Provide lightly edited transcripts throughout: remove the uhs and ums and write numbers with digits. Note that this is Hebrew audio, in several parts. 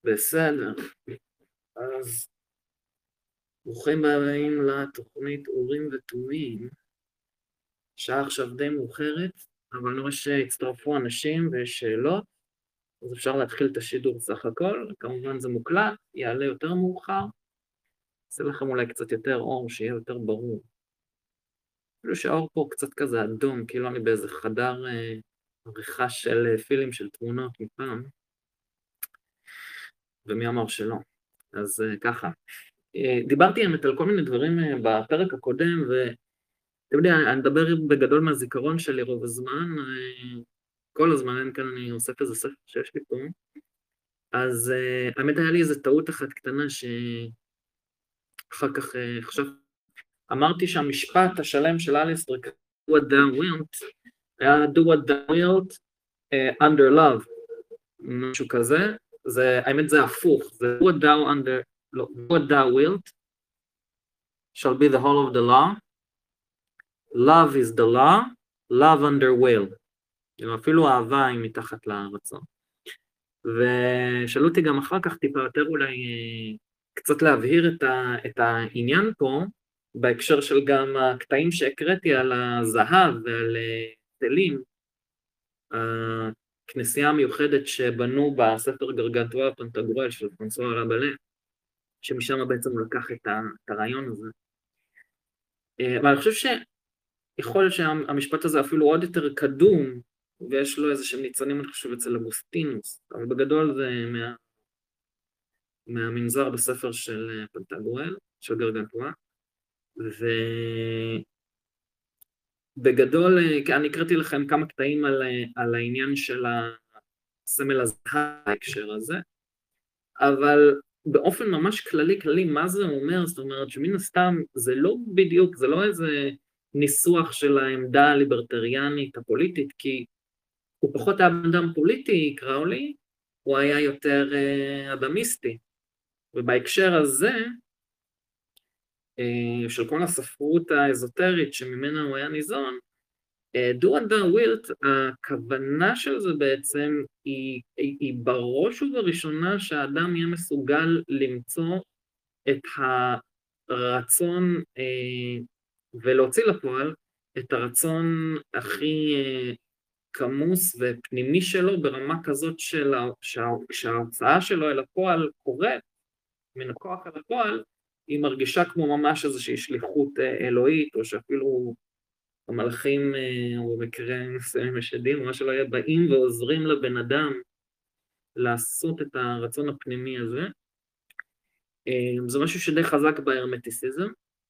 בסדר, אז ברוכים הבאים לתוכנית אורים ותומים. שעה עכשיו די מאוחרת, אבל אני רואה שהצטרפו אנשים ויש שאלות, אז אפשר להתחיל את השידור סך הכל. כמובן זה מוקלט, יעלה יותר מאוחר, אעשה לכם אולי קצת יותר אור, שיהיה יותר ברור. אפילו שהאור פה קצת כזה אדום, כאילו אני באיזה חדר עריכה של פילים של תמונות מפעם, ומי אמר שלא. אז ככה. דיברתי האמת על כל מיני דברים בפרק הקודם, ואתם יודעים, אני מדבר בגדול מהזיכרון שלי רוב הזמן, כל הזמן, אין כאן אני אוסף איזה ספר שיש לי פה, אז האמת היה לי איזו טעות אחת קטנה, שאחר כך עכשיו, אמרתי שהמשפט השלם של אליסטר, do what thou wilt, היה do what thou wilt under love, משהו כזה, האמת זה הפוך, זה do what thou under, לא, do what thou wilt, shall be the whole of the law, love is the law, love under will. אפילו אהבה היא מתחת לרצון. ושאלו אותי גם אחר כך טיפה יותר אולי קצת להבהיר את העניין פה, בהקשר של גם הקטעים שהקראתי על הזהב ועל תלים, הכנסייה המיוחדת שבנו בספר גרגנטואה פנטגרואל של פרנסואה רבלה, שמשם בעצם הוא לקח את הרעיון הזה. אבל אני חושב שיכול להיות שהמשפט הזה אפילו עוד יותר קדום, ויש לו איזה שהם ניצנים, אני חושב, אצל אגוסטינוס, אבל בגדול זה מהמנזר בספר של פנטגרואל, של גרגנטואה, ובגדול, אני הקראתי לכם כמה קטעים על העניין של הסמל הזהב בהקשר הזה, אבל באופן ממש כללי, מה זה אומר? זאת אומרת שמן הסתם זה לא בדיוק, זה לא איזה ניסוח של העמדה הליברטריאנית הפוליטית, כי הוא פחות היה בן אדם פוליטי, קראו לי, הוא היה יותר אדמיסטי. ובהקשר הזה, של כל הספרות האזוטרית שממנה הוא היה ניזון, do what thou wilt, הכוונה של זה בעצם היא בראש ובראשונה שהאדם יהיה מסוגל למצוא את הרצון ולהוציא לפועל את הרצון הכי כמוס ופנימי שלו ברמה כזאת שההוצאה שלו אל הפועל קורית מן הכוח אל הפועל, היא מרגישה כמו ממש איזושהי שליחות אלוהית, או שאפילו המלאכים, או במקרה מסוים משדים, או מה שלא יהיה, באים ועוזרים לבן אדם לעשות את הרצון הפנימי הזה. זה משהו שדי חזק בהרמטיסיזם.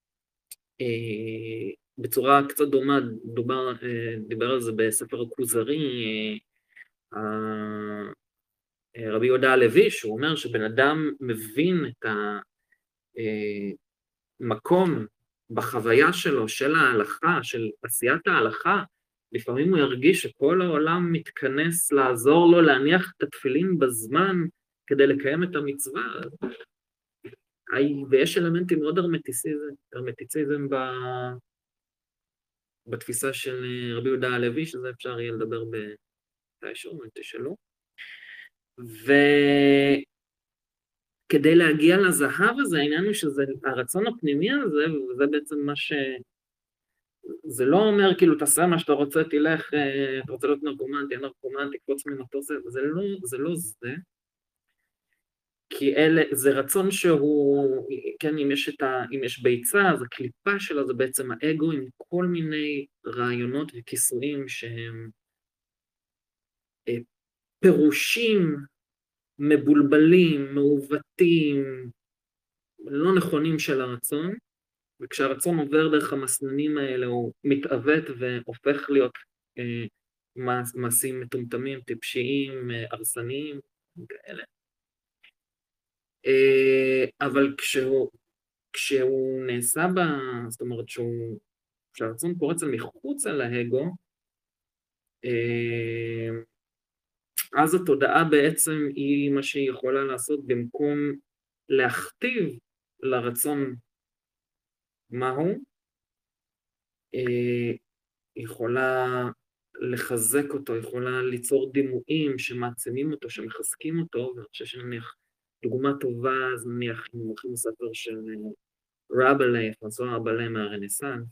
בצורה קצת דומה, דיבר על זה בספר הכוזרי, רבי יהודה הלוי, שהוא אומר שבן אדם מבין את המקום בחוויה שלו, של ההלכה, של עשיית ההלכה, לפעמים הוא ירגיש שכל העולם מתכנס לעזור לו להניח את התפילין בזמן כדי לקיים את המצווה, ויש אלמנטים מאוד הרמטיציזם בתפיסה של רבי יהודה הלוי, שזה אפשר יהיה לדבר בתישהו, תשאלו. וכדי להגיע לזהב הזה, העניין הוא שזה הרצון הפנימי הזה, וזה בעצם מה זה לא אומר כאילו תעשה מה שאתה רוצה, תלך, אתה רוצה להיות נרקומן, תהיה נרקומן, תקפוץ ממטוס, זה לא זה. כי זה רצון שהוא, כן, אם יש ביצה, אז הקליפה שלה זה בעצם האגו עם כל מיני רעיונות וכיסויים שהם פירושים מבולבלים, מעוותים, לא נכונים של הרצון, וכשהרצון עובר דרך המסננים האלה הוא מתעוות והופך להיות מעשים מטומטמים, טיפשיים, הרסניים, כאלה. אבל כשהוא נעשה זאת אומרת כשהרצון פורץ מחוץ על ההגו, אז התודעה בעצם היא מה שהיא יכולה לעשות במקום להכתיב לרצון מהו, יכולה לחזק אותו, יכולה ליצור דימויים שמעצימים אותו, שמחזקים אותו, ואני חושב שנניח דוגמה טובה, אז נניח, אם הולכים לספר של רבלה, פרנסואה רבלה מהרנסאנס,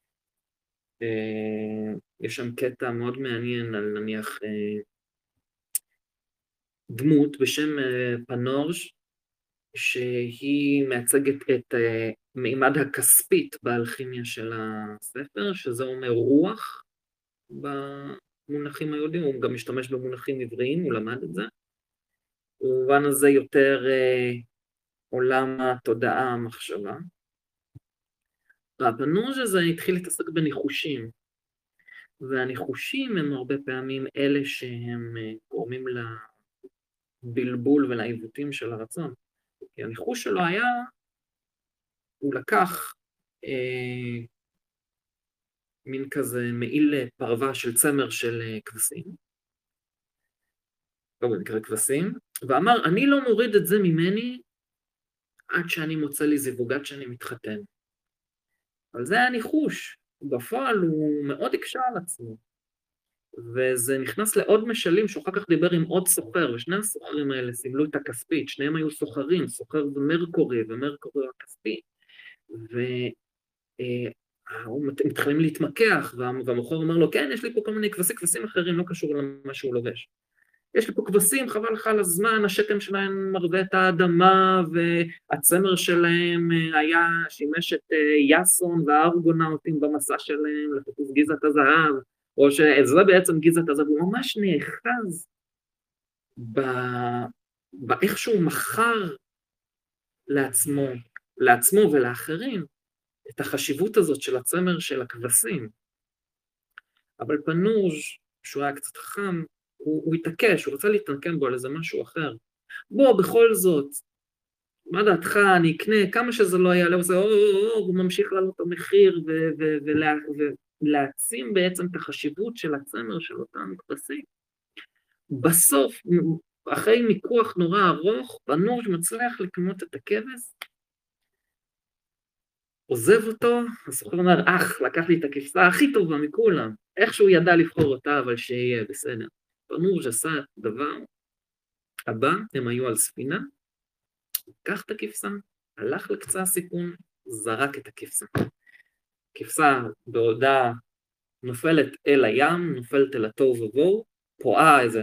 יש שם קטע מאוד מעניין על נניח דמות בשם פנורג' שהיא מייצגת את מימד הכספית באלכימיה של הספר, שזה אומר רוח במונחים היהודיים, הוא גם משתמש במונחים עבריים, הוא למד את זה. במובן הזה יותר עולם התודעה, המחשבה. והפנורג' הזה התחיל להתעסק בניחושים, והניחושים הם הרבה פעמים אלה שהם גורמים לבלבול ולעיוותים של הרצון. כי הניחוש שלו היה, הוא לקח מין כזה מעיל פרווה של צמר של כבשים, לא במקרה כבשים, ואמר, אני לא מוריד את זה ממני עד שאני מוצא לי זיווג, עד שאני מתחתן. אבל זה היה ניחוש, בפועל הוא מאוד הקשה על עצמו, וזה נכנס לעוד משלים שהוא אחר כך דיבר עם עוד סוחר, ושני הסוחרים האלה סימלו את הכספית, שניהם היו סוחרים, סוחר זה מרקורי, ומרקורי הוא הכספי, מתחילים להתמקח, והמוכר אומר לו, כן, יש לי פה כל מיני כבשים אחרים, לא קשור למה שהוא לובש. יש לי פה כבשים, חבל לך על הזמן, השקם שלהם מרווה את האדמה, והצמר שלהם היה שימש את יאסון והארגונאוטים במסע שלהם, לחיפוש גזעת הזהב, או שזה בעצם גזעת הזהב, הוא ממש נאחז באיך שהוא מכר לעצמו ולאחרים, את החשיבות הזאת של הצמר של הכבשים. אבל פנורג', שהוא היה קצת חכם, הוא התעקש, הוא רצה להתנקם בו על איזה משהו אחר. בוא, בכל זאת, מה דעתך, אני אקנה, כמה שזה לא יעלה, הוא ממשיך לעלות את המחיר, ולהעצים בעצם את החשיבות של הצמר של אותם כבשים. בסוף, אחרי מיקוח נורא ארוך, פנורג' מצליח לקנות את הכבש, עוזב אותו, הסוחר אומר, לקח לי את הכבשה הכי טובה מכולם, איכשהו ידע לבחור אותה, אבל שיהיה בסדר. פנורג' עשה את הדבר הבא, הם היו על ספינה, לקח את הכבשה, הלך לקצה הסיפון, זרק את הכבשה. כבשה בעודה נופלת אל הים, נופלת אל התוהו ובוהו, פועה איזה.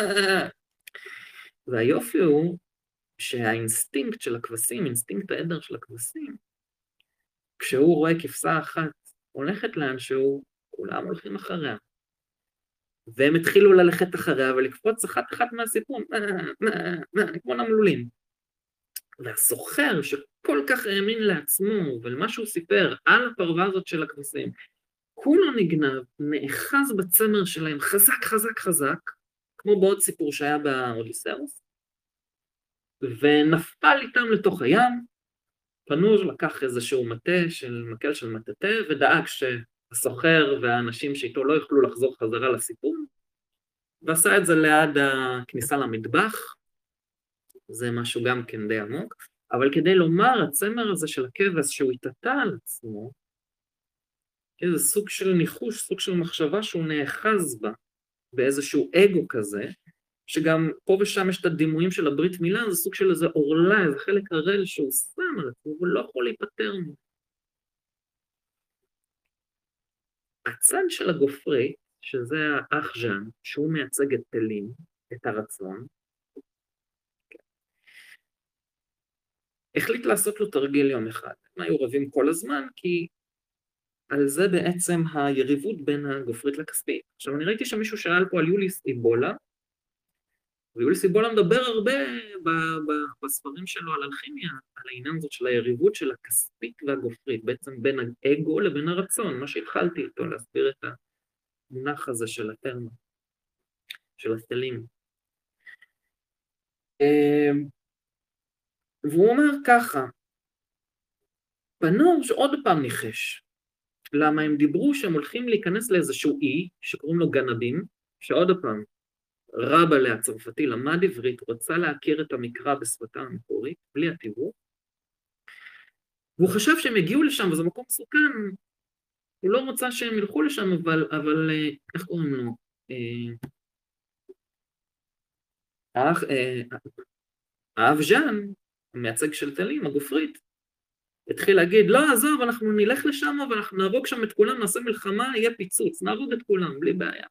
והיופי הוא שהאינסטינקט של הכבשים, אינסטינקט העדר של הכבשים, כשהוא רואה כבשה אחת הולכת לאנשהו, כולם הולכים אחריה. והם התחילו ללכת אחריה ולקפוץ אחת מהסיפון, כמו נמלולים. והסוחר שכל כך האמין לעצמו ולמה שהוא סיפר על הפרווה הזאת של הכבשים, כולו נגנב, נאחז בצמר שלהם חזק, כמו בעוד סיפור שהיה באודיסאוס, ונפל איתם לתוך הים. פנורג' לקח איזשהו מקל של מטאטא, ודאג שהסוחר והאנשים שאיתו לא יוכלו לחזור חזרה לסיפון, ועשה את זה ליד הכניסה למטבח, זה משהו גם כן די עמוק, אבל כדי לומר, הצמר הזה של הכבש שהוא התעטה על עצמו, זה סוג של ניחוש, סוג של מחשבה שהוא נאחז בה, באיזשהו אגו כזה, שגם פה ושם יש את הדימויים של הברית מילה, זה סוג של איזה אורלה, איזה חלק הרל שהוא שם על עצמו, הוא לא יכול להיפטר ממנו. הצד של הגופרי, שזה האח ז'אן, שהוא מייצג את תלים, את הרצון, החליט לעשות לו תרגיל יום אחד. הם היו רבים כל הזמן, כי על זה בעצם היריבות בין הגופרית לכספית. עכשיו, אני ראיתי שמישהו שאל פה על יוליס איבולה, ויוליס איבולה מדבר הרבה בספרים שלו על אלכימיה, על העניין הזאת של היריבות של הכספית והגופרית, בעצם בין האגו לבין הרצון, מה שהתחלתי איתו להסביר את המונח הזה של הטרמה, של התלים. והוא אומר ככה, פנורג' עוד פעם ניחש, למה הם דיברו שהם הולכים להיכנס לאיזשהו אי, שקוראים לו גנדים, שעוד פעם, רבלה הצרפתי למד עברית, רצה להכיר את המקרא בשפתה המקורית, בלי התיווך, והוא חשב שהם הגיעו לשם, וזה מקום מסוכן, הוא לא רצה שהם ילכו לשם, אבל איך קוראים לו? האב ז'אן, המייצג של תלים, הגופרית, התחיל להגיד, לא, עזוב, אנחנו נלך לשם ואנחנו נהרוג שם את כולם, נעשה מלחמה, יהיה פיצוץ, נהרוג את כולם, בלי בעיה.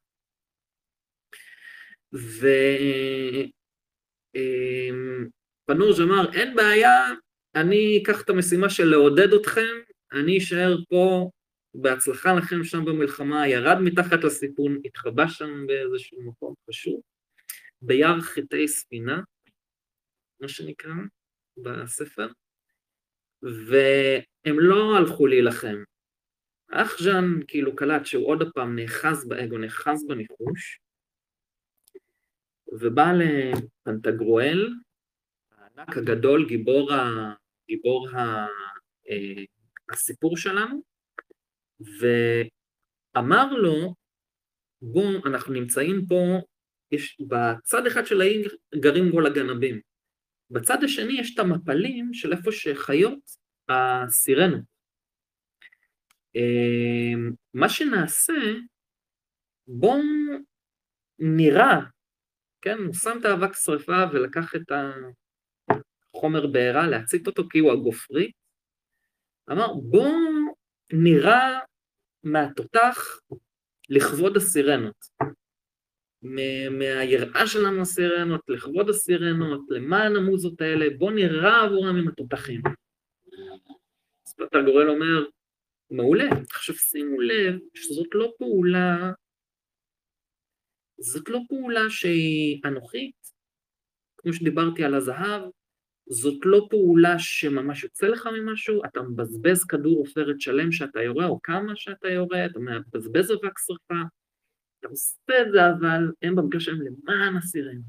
פנורז' אמר, אין בעיה, אני אקח את המשימה של לעודד אתכם, אני אשאר פה, בהצלחה לכם שם במלחמה, ירד מתחת לסיפון, התחבא שם באיזשהו מקום חשוב, ביער חטאי ספינה, מה שנקרא, בספר, והם לא הלכו להילחם. אח ז'אן כאילו קלט שהוא עוד הפעם נאחז באגו, נאחז בניחוש, ובא לפנטגרואל, הענק הגדול, גיבור הסיפור שלנו, ואמר לו, בוא, אנחנו נמצאים פה, בצד אחד של העיר גרים כל הגנבים, בצד השני יש את המפלים של איפה שחיות הסירנות. מה שנעשה, בוא נראה, כן, הוא שם את האבק שריפה ולקח את החומר בעירה, להצית אותו כי הוא הגופרי, אמר בוא נראה מהתותח לכבוד הסירנות, מהיראה שלנו הסירנות, לכבוד הסירנות, למען המוזות האלה, בוא נראה עבורם עם התותחים. אז פנטגרואל אומר, מעולה, עכשיו שימו לב שזאת לא פעולה, זאת לא פעולה שהיא אנוכית, כמו שדיברתי על הזהב, זאת לא פעולה שממש יוצא לך ממשהו, אתה מבזבז כדור עופרת שלם שאתה יורה, או כמה שאתה יורה, אתה מבזבז אבק שריפה, אתה עושה את זה, אבל הם במקרה שלהם למען הסירנות.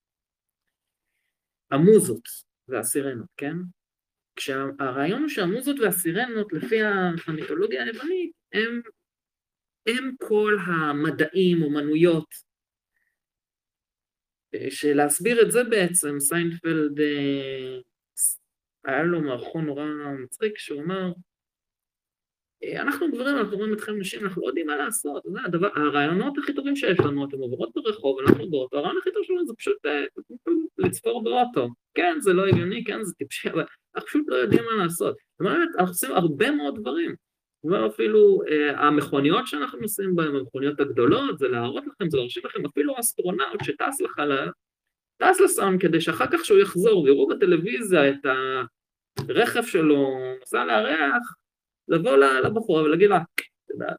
המוזות והסירנות, כן? כשהרעיון הוא שהמוזות והסירנות, לפי המיתולוגיה היוונית, הם כל המדעים, אומנויות, שלהסביר את זה בעצם, סיינפלד היה לו מערכון נורא מצחיק, שהוא אומר, אנחנו גברים, אנחנו רואים אתכם נשים, אנחנו לא יודעים מה לעשות, זה הדבר, הרעיונות הכי טובים שיש לנו, אתם עוברות ברחוב, אנחנו באוטו, הרעיון הכי טוב שלנו זה פשוט לצפור באוטו, כן, זה לא הגיוני, כן, זה טיפשי, אבל אנחנו פשוט לא יודעים מה לעשות, זאת אומרת, אנחנו עושים הרבה מאוד דברים, אפילו המכוניות שאנחנו נוסעים בהן, המכוניות הגדולות, זה להראות לכם, זה להרשים לכם, אפילו אסטרונאוט שטס לחלל, טס לסם כדי שאחר כך שהוא יחזור, ויראו בטלוויזיה את הרכב שלו, נסע לארח, לבוא לבחורה ולהגיד לה, אתה יודע,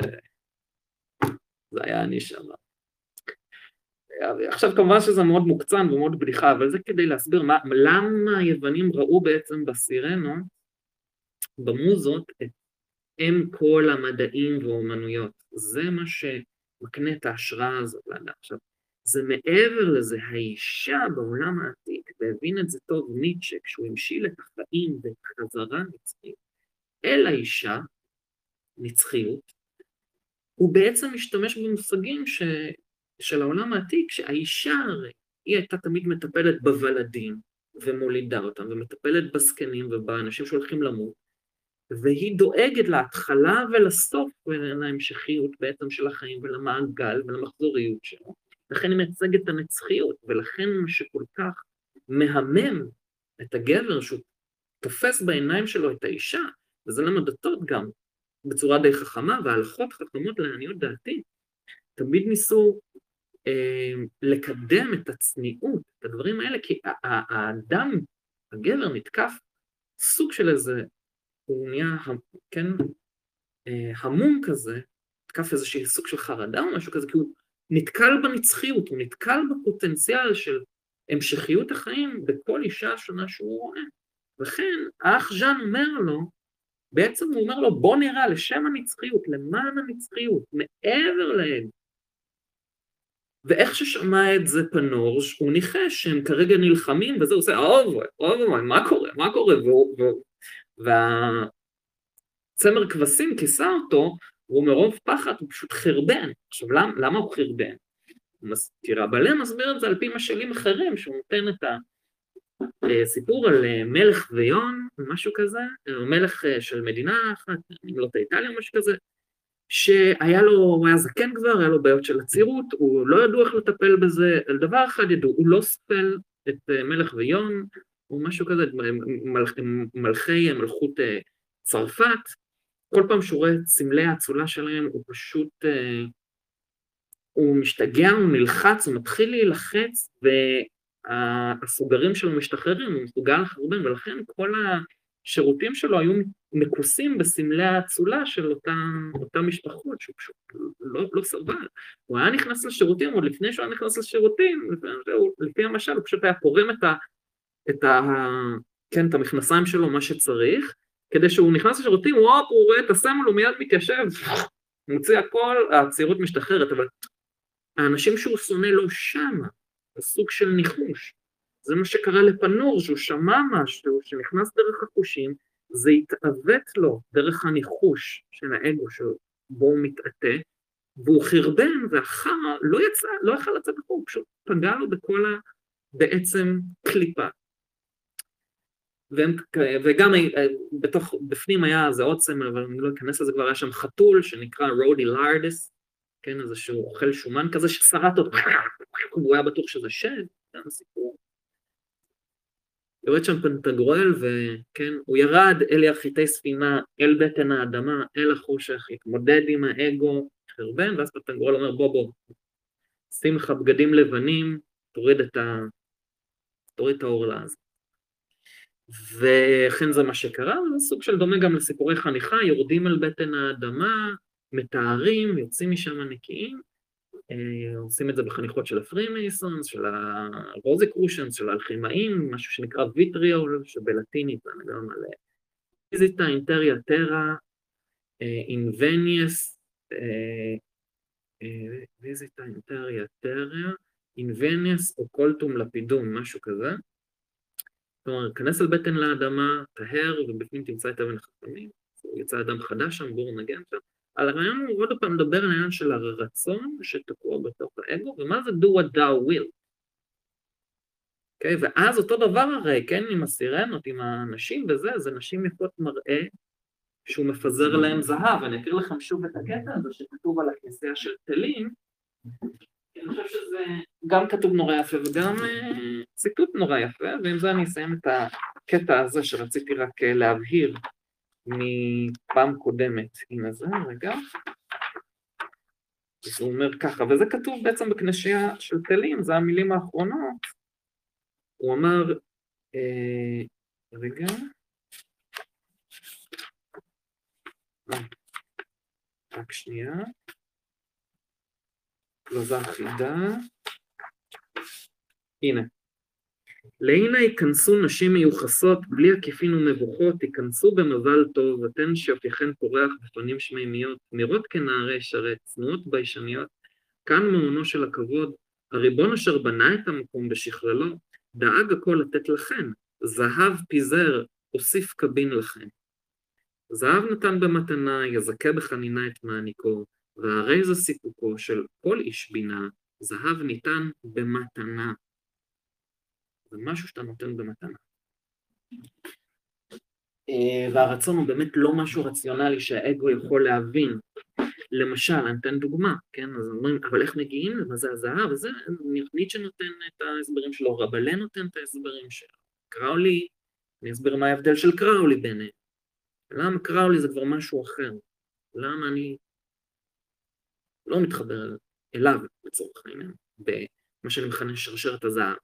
זה היה אני שם. עכשיו כמובן שזה מאוד מוקצן ומאוד בדיחה, אבל זה כדי להסביר למה היוונים ראו בעצם בסירנות, במוזות, הם כל המדעים והאומנויות. זה מה שמקנה את ההשראה הזאת לאדם. עכשיו, זה מעבר לזה, האישה בעולם העתיק, והבין את זה טוב ניטשה, כשהוא המשיל את החיים ואת חזרה נצחית, אל האישה, נצחיות, הוא בעצם משתמש במושגים של העולם העתיק, שהאישה הרי, היא הייתה תמיד מטפלת בוולדים, ומולידה אותם, ומטפלת בזקנים ובאנשים שהולכים למות, והיא דואגת להתחלה ולסוף, ולהמשכיות בעצם של החיים, ולמעגל ולמחזוריות שלו. לכן היא מייצגת את הנצחיות, ולכן מה שכל כך מהמם את הגבר, שהוא תופס בעיניים שלו את האישה, וזה למה דתות גם, בצורה די חכמה, וההלכות חכמות לעניות דעתי, תמיד ניסו לקדם את הצניעות, את הדברים האלה, כי האדם, הגבר נתקף סוג של איזה, הוא נהיה, כן, המום כזה, נתקף איזושהי סוג של חרדה או משהו כזה, כי הוא נתקל בנצחיות, הוא נתקל בפוטנציאל של המשכיות החיים בכל אישה שונה שהוא רואה. וכן, האח ז'אן אומר לו, בעצם הוא אומר לו, בוא נראה לשם הנצחיות, למען הנצחיות, מעבר להם. ואיך ששמע את זה פנורז' הוא ניחש שהם כרגע נלחמים, וזה עושה, מה קורה? והצמר כבשים כיסה אותו, והוא מרוב פחד, הוא פשוט חרבן. עכשיו, למה הוא חרבן? כי רבלה מסביר את זה על פי משלים אחרים, שהוא נותן את הסיפור על מלך ויון, משהו כזה, או מלך של מדינה אחת, אם לא איטליה או משהו כזה, שהיה לו, הוא היה זקן כבר, היה לו בעיות של עצירות, הוא לא ידעו איך לטפל בזה, על דבר אחד ידעו, הוא לא ספל את מלך ויון, או משהו כזה, מלכי מלכות צרפת, כל פעם שהוא רואה את סמלי האצולה שלהם, הוא פשוט, הוא משתגע, הוא נלחץ, הוא מתחיל להילחץ, והסוגרים שלו משתחררים, הוא מסוגל לחרבן, ולכן כל השירותים שלו היו מכוסים בסמלי האצולה של אותה משפחות, שהוא פשוט לא סבל. הוא היה נכנס לשירותים, עוד לפני שהוא היה נכנס לשירותים, לפי המשל, הוא פשוט היה פורם את המכנסיים שלו, מה שצריך, כדי שהוא נכנס לשירותים, הוא רואה את הסמל, הוא מיד מתיישב, מוציא הכל, הצעירות משתחררת, אבל האנשים שהוא שונא לא שמה, בסוג של ניחוש. זה מה שקרה לפנור, שהוא שמע משהו, שנכנס דרך החושים, זה התעוות לו דרך הניחוש של האגו שבו הוא מתעתה, והוא חרבן, והחרא לא יכל לצאת החור, הוא פשוט פגע לו בכל בעצם קליפה. וגם בפנים היה זה עוד סמל, אבל אני לא אכנס לזה, כבר היה שם חתול שנקרא רודי לארדס, כן, איזשהו אוכל שומן כזה ששרט אותו, הוא היה בטוח שזה שד, זה הסיפור. יורד שם פנטגרואל, וכן, הוא ירד אל ירחיתי ספינה, אל בטן האדמה, אל החושך, התמודד עם האגו, חרבן, ואז פנטגרואל אומר, בוא, שים לך בגדים לבנים, תוריד את העורלה הזאת. וכן זה מה שקרה, זה סוג של דומה גם לסיפורי חניכה, יורדים על בטן האדמה, מתארים, יוצאים משם נקיים, עושים את זה בחניכות של הפרימייסונס, של הרוזיקרושנס, של האלכימאים, משהו שנקרא ויטריול, שבלטינית זה גם על ויזיטה אינטריה טרה, אינבניאס, ויזיטה אינטריה טרה, אינבניאס אוקולטום לפידום, משהו כזה. כלומר, כנס על בטן לאדמה, טהר, ובפנים תמצא את אבן החכמים, יצא אדם חדש שם, בור נגן שם. על הרעיון הוא עוד פעם מדבר על העניין של הרצון שתקוע בתוך האגו, ומה זה do what thou will. Okay? ואז אותו דבר הרי, כן, עם הסירנות, עם הנשים וזה, זה נשים יפות מראה שהוא מפזר להם זהב. אני אקריא לכם שוב את הקטע הזה שכתוב על הכנסייה של תלים, אני חושב שזה גם כתוב נורא יפה וגם ציטוט נורא יפה, ועם זה אני אסיים את הקטע הזה שרציתי רק להבהיר מפעם קודמת. הנה זה, רגע. אז הוא אומר ככה, וזה כתוב בעצם בכנסייה של תלים, זה המילים האחרונות. הוא אמר, רגע, רק שנייה. לזה אחידה. הנה. להנה ייכנסו נשים מיוחסות, בלי עקיפין ומבוכות, ייכנסו במזל טוב, ותן שיופייכן פורח בפנים שמימיות, נראות כנערי שרת, צנועות ביישניות, כאן מעונו של הכבוד, הריבון אשר בנה את המקום בשכללו, דאג הכל לתת לכן, זהב פיזר, הוסיף קבין לכן. זהב נתן במתנה, יזכה בחנינה את מעניקו, והרי זה סיפוקו של כל איש בינה, זהב ניתן במתנה. זה משהו שאתה נותן במתנה. והרצון הוא באמת לא משהו רציונלי שהאגו יכול להבין. למשל, אני אתן דוגמה, כן? אז אומרים, אבל איך מגיעים למה זה הזהב? וזה ניטשה נותן את ההסברים שלו, רבלה נותן את ההסברים שלו. קראולי, אני אסביר מה ההבדל של קראולי ביניהם. למה קראולי זה כבר משהו אחר? למה אני לא מתחבר אליו לצורך העניין, במה שאני מכנה שרשרת הזהב.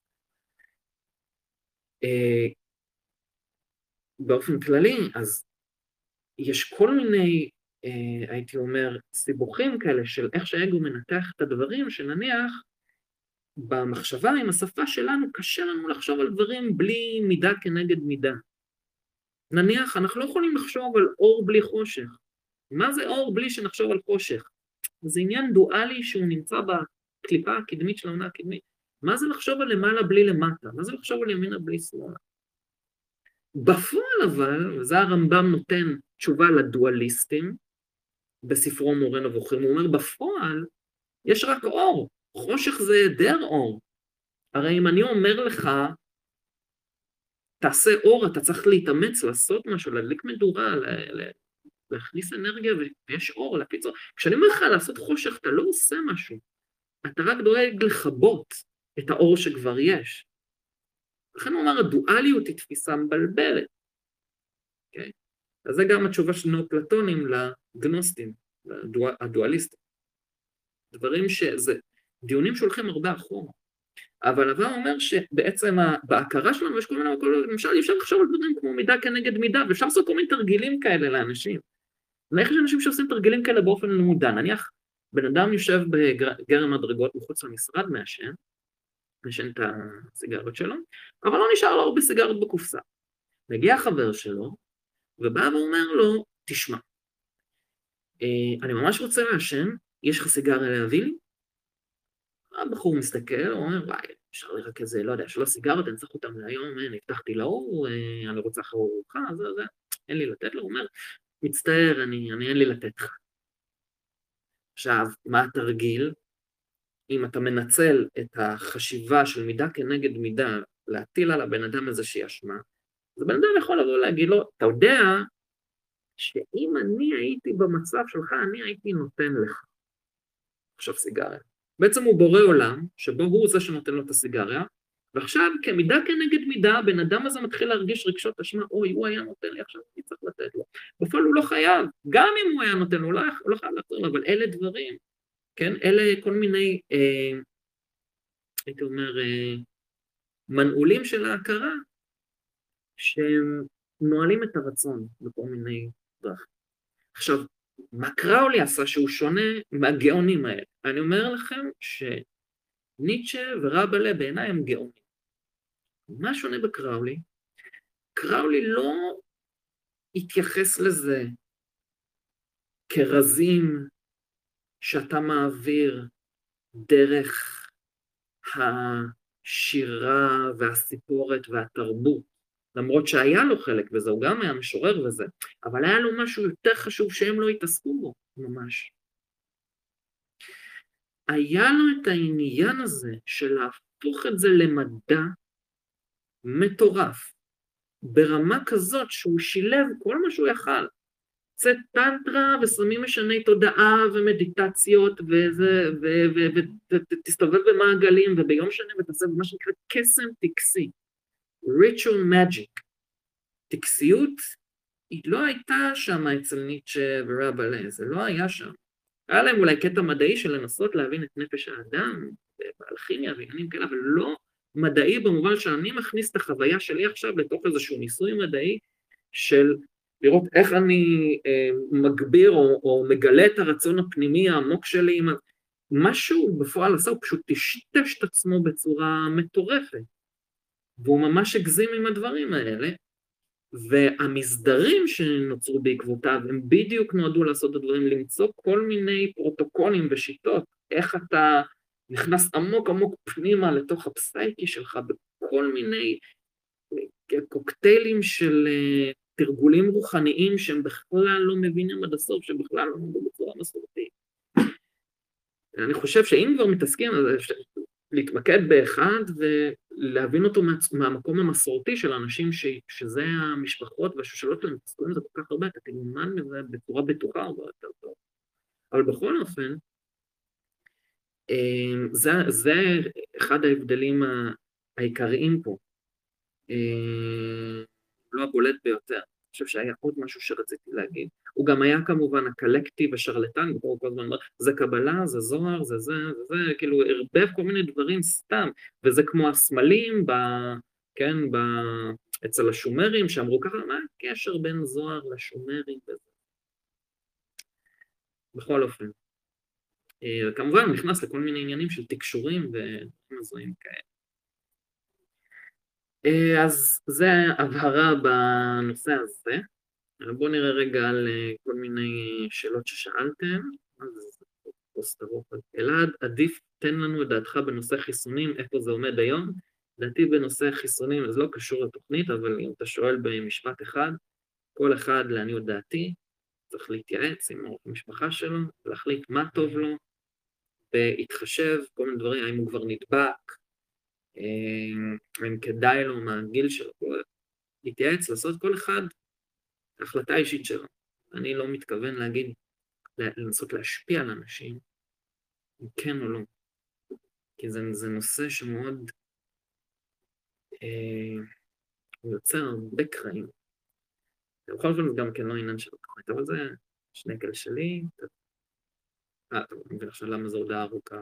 באופן כללי, אז יש כל מיני, הייתי אומר, סיבוכים כאלה של איך שהאגו מנתח את הדברים, שנניח במחשבה עם השפה שלנו, קשה לנו לחשוב על דברים בלי מידה כנגד מידה. נניח, אנחנו לא יכולים לחשוב על אור בלי חושך. מה זה אור בלי שנחשוב על חושך? זה עניין דואלי שהוא נמצא בקליפה הקדמית של העונה הקדמית. מה זה לחשוב על למעלה בלי למטה? מה זה לחשוב על ימינה בלי שמאלה? בפועל אבל, וזה הרמב"ם נותן תשובה לדואליסטים, בספרו מורה נבוכים, הוא אומר, בפועל יש רק אור, חושך זה היעדר אור. הרי אם אני אומר לך, תעשה אור, אתה צריך להתאמץ, לעשות משהו, להדליק מדורה, להכניס אנרגיה, ויש אור, להפיץ אור. כשאני אומר לך לעשות חושך, אתה לא עושה משהו, אתה רק דואג לכבות את האור שכבר יש. לכן הוא אומר, הדואליות היא תפיסה מבלבלת. Okay? אז זה גם התשובה של נאופלטונים לגנוסטים, הדואליסטים. דברים שזה, דיונים שהולכים הרבה אחורה. אבל הווה אומר שבעצם בהכרה שלנו יש כל מיני מקומות, למשל אי אפשר לחשוב על דברים כמו מידה כנגד מידה, ואפשר לעשות כל מיני תרגילים כאלה לאנשים. ואיך יש אנשים שעושים תרגילים כאלה באופן מודע, נניח בן אדם יושב בגרם מדרגות מחוץ למשרד מעשן את הסיגרות שלו, אבל לא נשאר לו הרבה סיגרות בקופסה. מגיע חבר שלו, ובא ואומר לו, תשמע, אני ממש רוצה לעשן, יש לך סיגריה להביא לי? הבחור מסתכל, הוא אומר, וואי, אפשר לך כזה, לא יודע, 3 סיגרות, אני צריך אותם להיום, נפתחתי לאור, אני רוצה אחר ארוחה, זה, אין לי לתת לו, הוא אומר, מצטער, אין לי לתת לך. עכשיו, מה התרגיל? אם אתה מנצל את החשיבה של מידה כנגד מידה, להטיל על הבן אדם איזושהי אשמה, אז הבן אדם יכול לבוא להגיד לו, אתה יודע שאם אני הייתי במצב שלך, אני הייתי נותן לך. עכשיו סיגריה. בעצם הוא בורא עולם, שבו הוא זה שנותן לו את הסיגריה, ועכשיו כמידה כנגד מידה, הבן אדם הזה מתחיל להרגיש רגשות אשמה, אוי, הוא היה נותן לי, עכשיו אני צריך לתת לו. בפועל הוא לא חייב, גם אם הוא היה נותן לו, הוא לא חייב לתת לו, אבל אלה דברים, כן, אלה כל מיני, הייתי אומר, מנעולים של ההכרה, שהם נועלים את הרצון בכל מיני דרכים. עכשיו, מה קראולי עשה שהוא שונה מהגאונים האלה? אני אומר לכם שניטשה ורבלה בעיניי הם גאונים. מה שונה בקראולי? קראולי לא התייחס לזה כרזים שאתה מעביר דרך השירה והסיפורת והתרבות, למרות שהיה לו חלק בזה, הוא גם היה משורר וזה, אבל היה לו משהו יותר חשוב שהם לא התעסקו בו, ממש. היה לו את העניין הזה של להפוך את זה למדע מטורף, ברמה כזאת שהוא שילב כל מה שהוא יכל. זה טנטרה ושמים משני תודעה ומדיטציות ותסתובב במעגלים וביום שני ותעשה מה שנקרא קסם טקסי, ritual magic. טקסיות היא לא הייתה שם אצל ניטשה ורבלה, זה לא היה שם. היה להם אולי קטע מדעי של לנסות להבין את נפש האדם, באלכימיה ועניינים כאלה, אבל לא מדעי במובן שאני מכניס את החוויה שלי עכשיו לתוך איזשהו ניסוי מדעי של לראות איך אני מגביר או מגלה את הרצון הפנימי העמוק שלי. מה שהוא בפועל עשה, הוא פשוט תשתש את עצמו בצורה מטורפת, והוא ממש הגזים עם הדברים האלה, והמסדרים שנוצרו בעקבותיו הם בדיוק נועדו לעשות את הדברים, למצוא כל מיני פרוטוקולים ושיטות, איך אתה נכנס עמוק עמוק פנימה לתוך הפסייקי שלך, בכל מיני קוקטיילים של תרגולים רוחניים שהם בכלל לא מבינים עד הסוף, שבכלל לא נועדו בצורה מסורתית. אני חושב שאם כבר מתעסקים, אז אפשר להתמקד באחד ולהבין אותו מהמקום המסורתי של האנשים שזה המשפחות והשושלות שלהם, מתעסקים עם זה כל כך הרבה, אתה תלמד מזה בצורה בטוחה הרבה יותר טוב. אבל בכל אופן, זה אחד ההבדלים העיקריים פה, לא הבולט ביותר. אני חושב שהיה עוד משהו שרציתי להגיד. הוא גם היה כמובן הקלקטיב השרלטן, הוא כל הזמן אומר, זה קבלה, זה זוהר, זה, כאילו הרבב כל מיני דברים סתם, וזה כמו הסמלים, כן, אצל השומרים, שאמרו ככה, מה הקשר בין זוהר לשומרים וזה? בכל אופן. כמובן, הוא נכנס לכל מיני עניינים של תקשורים ומזוהים כאלה. אז זה הבהרה בנושא הזה. בואו נראה רגע על כל מיני שאלות ששאלתם. אז פוסט ארוך. אלעד, עדיף תן לנו את דעתך בנושא חיסונים, איפה זה עומד היום. דעתי בנושא חיסונים, זה לא קשור לתוכנית, אבל אם אתה שואל במשפט אחד, כל אחד לעניות דעתי, צריך להתייעץ עם המשפחה שלו, להחליט מה טוב לו, והתחשב, כל מיני דברים, האם הוא כבר נדבק, אם כדאי לו מהגיל שלו, להתייעץ, לעשות כל אחד החלטה אישית שלו. אני לא מתכוון להגיד, לנסות להשפיע על אנשים, אם כן או לא. כי זה נושא שמאוד הוא יוצר הרבה קרעים. בכל אופן גם כן לא עניין של התוכנית, אבל זה שנקל שלי. טוב, אני מבין עכשיו למה זו הודעה ארוכה.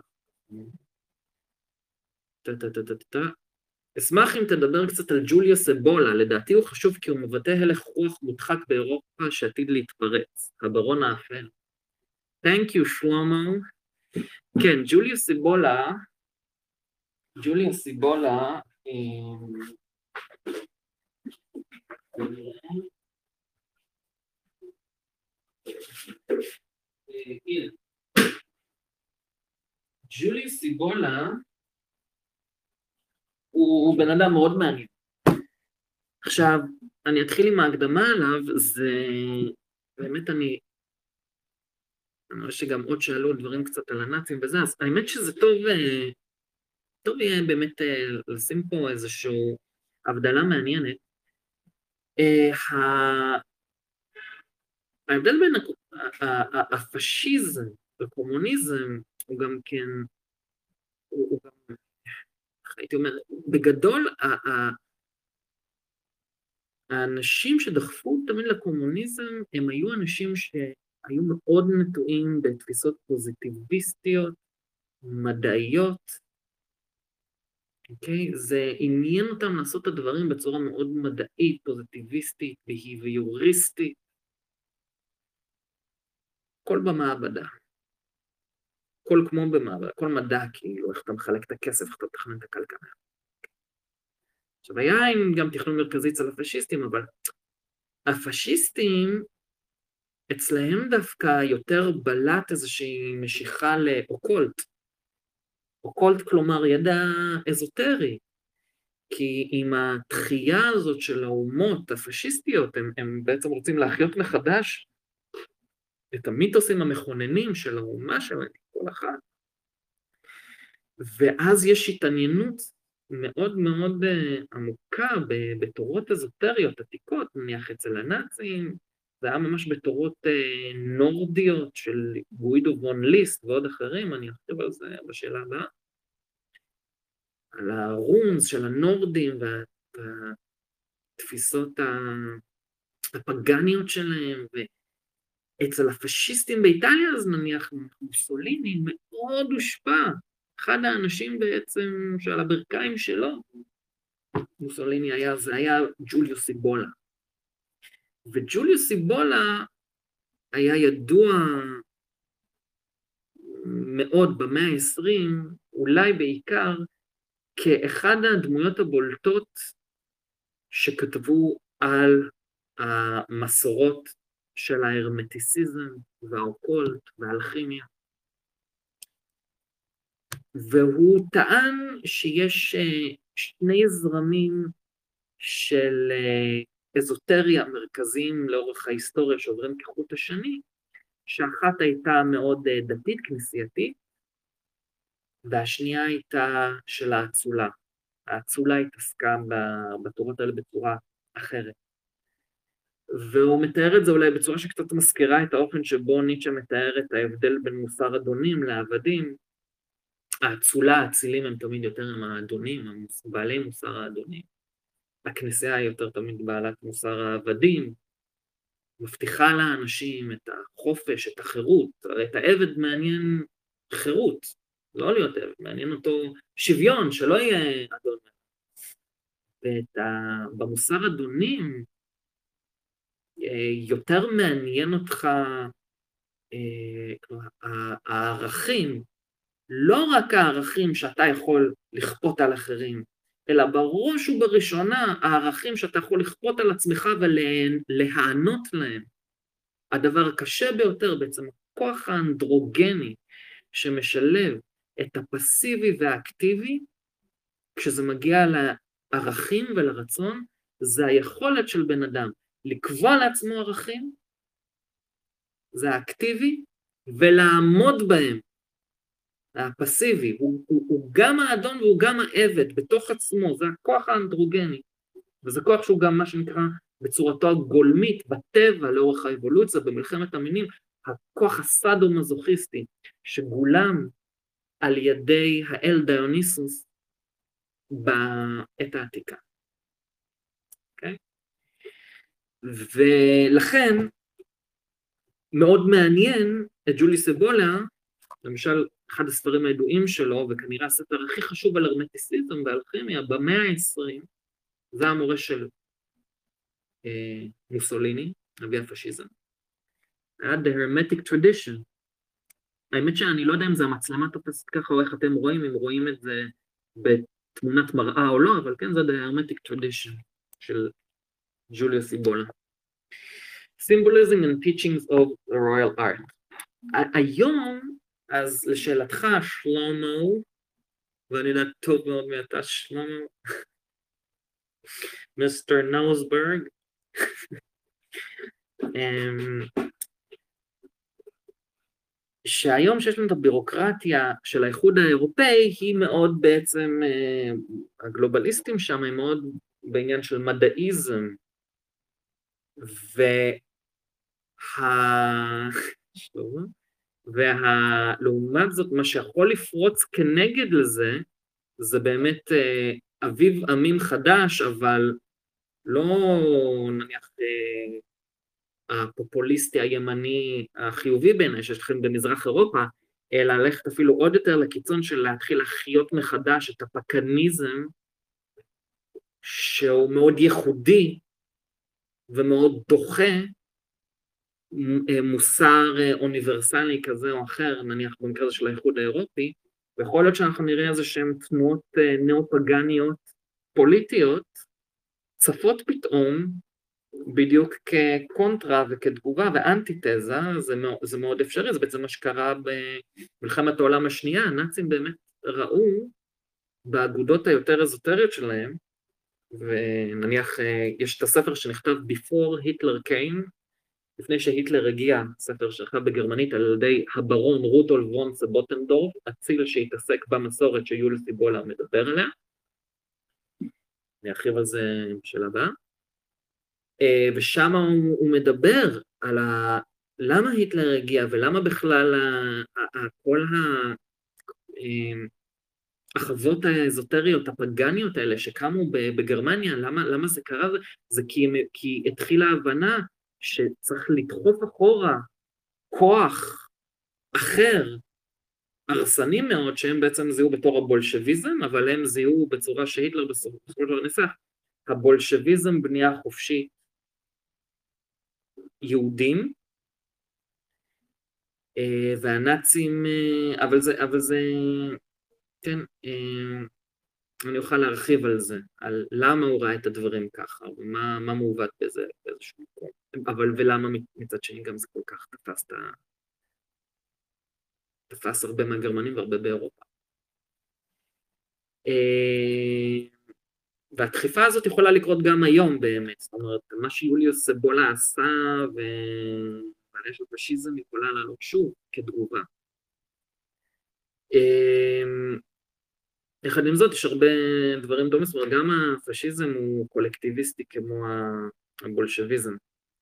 אשמח אם תדבר קצת על ג'וליוס אבולה, לדעתי הוא חשוב כי הוא מבטא הלך רוח מודחק באירופה שעתיד להתפרץ, הברון האפל. Thank you, שלמה. כן, ג'וליוס אבולה, ג'וליוס אבולה הוא בן אדם מאוד מעניין. עכשיו, אני אתחיל עם ההקדמה עליו, זה באמת אני רואה שגם עוד שאלו דברים קצת על הנאצים וזה, אז האמת שזה טוב יהיה באמת לשים פה איזושהי הבדלה מעניינת. ההבדל בין הפשיזם וקומוניזם הוא גם כן, הוא גם, הייתי אומר, בגדול, האנשים שדחפו תמיד לקומוניזם, הם היו אנשים שהיו מאוד נטועים בתפיסות פוזיטיביסטיות, מדעיות, אוקיי? זה עניין אותם לעשות את הדברים בצורה מאוד מדעית, פוזיטיביסטית, בהיביוריסטית, כל במעבדה. כל כמו במעבדה, כל מדע, כאילו, איך אתה מחלק את הכסף, איך אתה תכנן את הכלכלה. עכשיו, היה גם תכנון מרכזי אצל הפשיסטים, אבל הפשיסטים, אצלהם דווקא יותר בלט איזושהי משיכה לאוקולט. אוקולט, כלומר, ידע אזוטרי. כי עם התחייה הזאת של האומות הפשיסטיות, הם בעצם רוצים להחיות מחדש את המיתוסים המכוננים של האומה שלהם, כל אחד. ואז יש התעניינות מאוד מאוד עמוקה בתורות אזוטריות עתיקות, נניח אצל הנאצים, זה היה ממש בתורות נורדיות של גוידו וון ליסט ועוד אחרים, אני אכתוב על זה בשאלה הבאה, על הרונס של הנורדים והתפיסות הפגניות שלהם, ואצל הפשיסטים באיטליה, אז נניח מוסוליני מאוד הושפע, אחד האנשים בעצם שעל הברכיים שלו, מוסוליני זה היה ג'וליוס אבולה. וג'וליוס אבולה היה ידוע מאוד במאה ה-20, אולי בעיקר, כאחד הדמויות הבולטות שכתבו על המסורות של ההרמטיסיזם והאוקולט והאלכימיה. והוא טען שיש שני זרמים של אזוטריה מרכזיים לאורך ההיסטוריה שעוברים כחוט השני, שאחת הייתה מאוד דתית, כנסייתית, והשנייה הייתה של האצולה. האצולה התעסקה בתורות האלה בצורה אחרת. והוא מתאר את זה אולי בצורה שקצת מזכירה את האופן שבו ניטשה מתאר את ההבדל בין מוסר אדונים לעבדים. האצולה, האצילים הם תמיד יותר עם האדונים, בעלי מוסר האדונים. הכנסייה היא יותר תמיד בעלת מוסר העבדים, מבטיחה לאנשים את החופש, את החירות, הרי את העבד מעניין חירות, לא להיות עבד, מעניין אותו שוויון, שלא יהיה אדון. במוסר אדונים, יותר מעניין אותך הערכים, לא רק הערכים שאתה יכול לכפות על אחרים, אלא בראש ובראשונה הערכים שאתה יכול לכפות על עצמך ולהענות להם. הדבר הקשה ביותר, בעצם הכוח האנדרוגני שמשלב את הפסיבי והאקטיבי, כשזה מגיע לערכים ולרצון, זה היכולת של בן אדם לקבוע לעצמו ערכים, זה האקטיבי, ולעמוד בהם. הפסיבי, הוא גם האדון והוא גם העבד בתוך עצמו, זה הכוח האנדרוגני, וזה כוח שהוא גם מה שנקרא בצורתו הגולמית, בטבע, לאורך האבולוציה, במלחמת המינים, הכוח הסאדו-מזוכיסטי, שגולם על ידי האל דיוניסוס בעת העתיקה. ולכן מאוד מעניין את ג'ולי סבולה, למשל אחד הספרים הידועים שלו, וכנראה הספר הכי חשוב על הרמטיסיזם ואלכימיה במאה ה-20, זה המורה של מוסוליני, אבי הפשיזם. היה The Hermetic Tradition. האמת שאני לא יודע אם זה המצלמה תופסת ככה או איך אתם רואים, אם רואים את זה בתמונת מראה או לא, אבל כן זה The Hermetic Tradition של ג'וליוס איבולה. Symbolism and Teachings of the Royal Art. היום, אז לשאלתך, שלמה, ואני יודעת טוב מאוד מעתה שלמה, מיסטר נאוסברג, שהיום שיש לנו את הבירוקרטיה של האיחוד האירופאי, היא מאוד בעצם, הגלובליסטים שם הם מאוד בעניין של מדעיזם, ולעומת זאת, מה שיכול לפרוץ כנגד לזה, זה באמת אביב עמים חדש, אבל לא נניח הפופוליסטי הימני החיובי בעיניי שיש לכם במזרח אירופה, אלא ללכת אפילו עוד יותר לקיצון של להתחיל לחיות מחדש את הפקניזם, שהוא מאוד ייחודי ומאוד דוחה מוסר אוניברסלי כזה או אחר, נניח במקרה הזה של האיחוד האירופי, ויכול להיות שאנחנו נראה איזה שהן תנועות נאו-פגניות פוליטיות, צפות פתאום, בדיוק כקונטרה וכתגובה ואנטיתזה, זה מאוד אפשרי, זה בעצם מה שקרה במלחמת העולם השנייה, הנאצים באמת ראו באגודות היותר אזוטריות שלהם, ונניח יש את הספר שנכתב Before Hitler Came, לפני שהיטלר הגיע, ספר שנכתב בגרמנית על ידי הברון רוטולף וון סבוטנדורף, אציל שהתעסק במסורת שיוליוס איבולה מדבר עליה, אני ארחיב על זה בשאלה הבאה, ושם הוא מדבר על למה היטלר הגיע ולמה בכלל כל החזות האזוטריות, הפגניות האלה שקמו בגרמניה, למה זה קרה? זה כי התחילה ההבנה שצריך לדחוף אחורה כוח אחר, הרסני מאוד, שהם בעצם זיהו בתור הבולשביזם, אבל הם זיהו בצורה שהיטלר בסופו של דבר ניסח, הבולשביזם בנייה חופשית יהודים, והנאצים, אבל זה, כן, אני אוכל להרחיב על זה, על למה הוא ראה את הדברים ככה, ומה מעוות בזה באיזשהו מקום, אבל ולמה מצד שני גם זה כל כך תפס הרבה מהגרמנים והרבה באירופה. והדחיפה הזאת יכולה לקרות גם היום באמת, זאת אומרת, מה שיוליוס סבולה עשה ועלה של פשיזם יכולה לעלות שוב כתגובה. יחד עם זאת, יש הרבה דברים דומים, זאת אומרת, גם הפשיזם הוא קולקטיביסטי כמו הבולשביזם.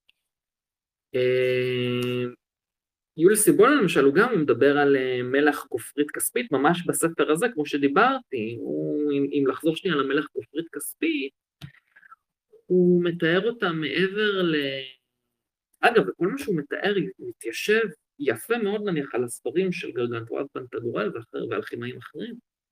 יוליוס סבולה למשל, הוא גם מדבר על מלח גופרית כספית, ממש בספר הזה, כמו שדיברתי, אם לחזור שנייה למלח גופרית כספית, הוא מתאר אותה מעבר אגב, וכל מה שהוא מתאר מתיישב יפה מאוד נניח על הספרים של גרגנטואט פנטגורל ועל כימאים אחרים.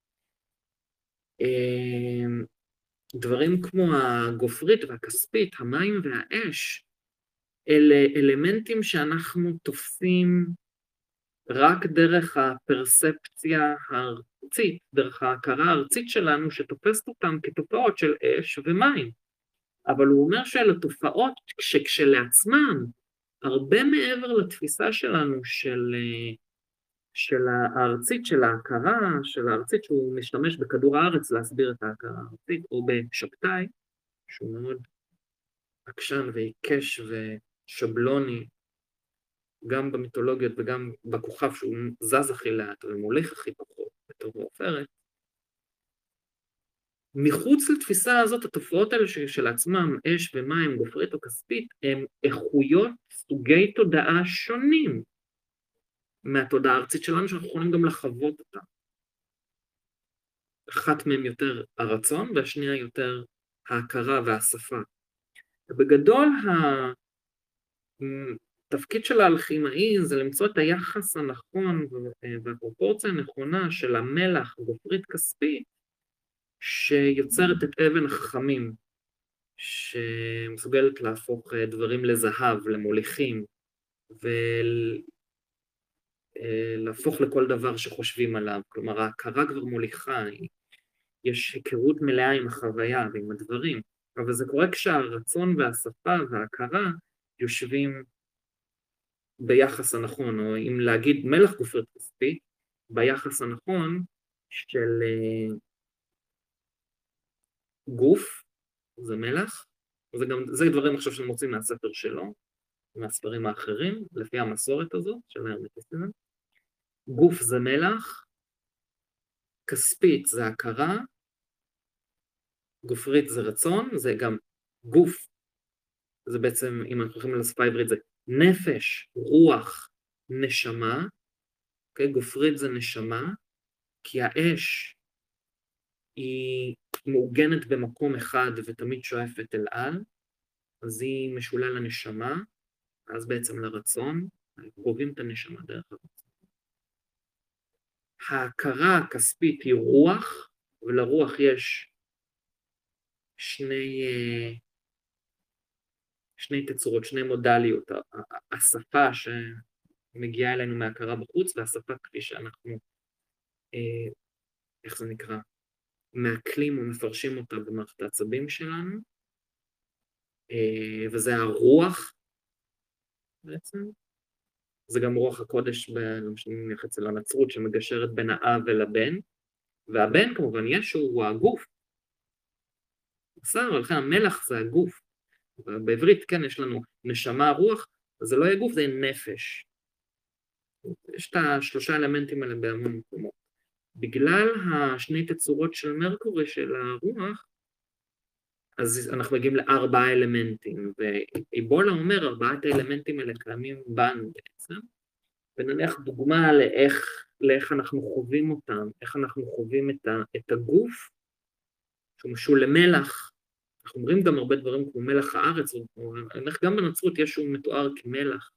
דברים כמו הגופרית והכספית, המים והאש, אלה אלמנטים שאנחנו תופסים רק דרך הפרספציה הארצית, דרך ההכרה הארצית שלנו שתופסת אותם כתופעות של אש ומים. אבל הוא אומר שאלה תופעות שכשלעצמם, הרבה מעבר לתפיסה שלנו של הארצית, של ההכרה, של הארצית שהוא משתמש בכדור הארץ להסביר את ההכרה הארצית, או בשבתאי, שהוא מאוד עקשן ועיקש ושבלוני, גם במיתולוגיות וגם בכוכב שהוא זז הכי לאט ומוליך הכי פחות בתור עופרת. מחוץ לתפיסה הזאת, התופעות האלה של עצמם, אש ומים, גופרית או כספית, הם איכויות סוגי תודעה שונים מהתודעה הארצית שלנו, שאנחנו יכולים גם לחוות אותה. אחת מהם יותר הרצון, והשנייה יותר ההכרה והשפה. בגדול, התפקיד של האלכימאי זה למצוא את היחס הנכון והפרופורציה הנכונה של המלח, גופרית כספית, שיוצרת את אבן החכמים, שמסוגלת להפוך דברים לזהב, למוליכים, ולהפוך לכל דבר שחושבים עליו. כלומר, ההכרה כבר מוליכה, יש היכרות מלאה עם החוויה ועם הדברים, אבל זה קורה כשהרצון והשפה וההכרה יושבים ביחס הנכון, או אם להגיד מלח גופרית כספית, ביחס הנכון של גוף, זה מלח, זה דברים עכשיו שאני מוצאים מהספר שלו, מהספרים האחרים, לפי המסורת הזאת של ההרמטיסיזם. גוף זה מלח, כספית זה הכרה, גופרית זה רצון, זה גם גוף, זה בעצם, אם אנחנו הולכים לשפה העברית, זה נפש, רוח, נשמה, okay? גופרית זה נשמה, כי האש היא מעוגנת במקום אחד ותמיד שואפת אל על, אז היא משולה לנשמה, אז בעצם לרצון, קרובים את הנשמה דרך הרצון. ההכרה הכספית היא רוח, ולרוח יש שני תצורות, שני מודליות, השפה שמגיעה אלינו מהכרה בחוץ, והשפה כפי שאנחנו, איך זה נקרא, מעכלים ומפרשים אותה במערכת העצבים שלנו, וזה הרוח בעצם, זה גם רוח הקודש, נניח אצל הנצרות, שמגשרת בין האב ולבן, והבן כמובן ישו הוא הגוף, בסדר, ולכן המלח זה הגוף, בעברית כן יש לנו נשמה רוח, אז זה לא יהיה גוף, זה יהיה נפש. יש את השלושה אלמנטים האלה בהמון מקומות. בגלל השני תצורות של מרקורי של הרוח, אז אנחנו מגיעים ל4 אלמנטים, ואיבולה אומר 4 האלמנטים האלה קיימים בנו בעצם, ונניח דוגמה לאיך אנחנו חווים אותם, איך אנחנו חווים את הגוף, שהוא משול למלח, אנחנו אומרים גם הרבה דברים כמו מלח הארץ, גם בנצרות יש שהוא מתואר כמלח,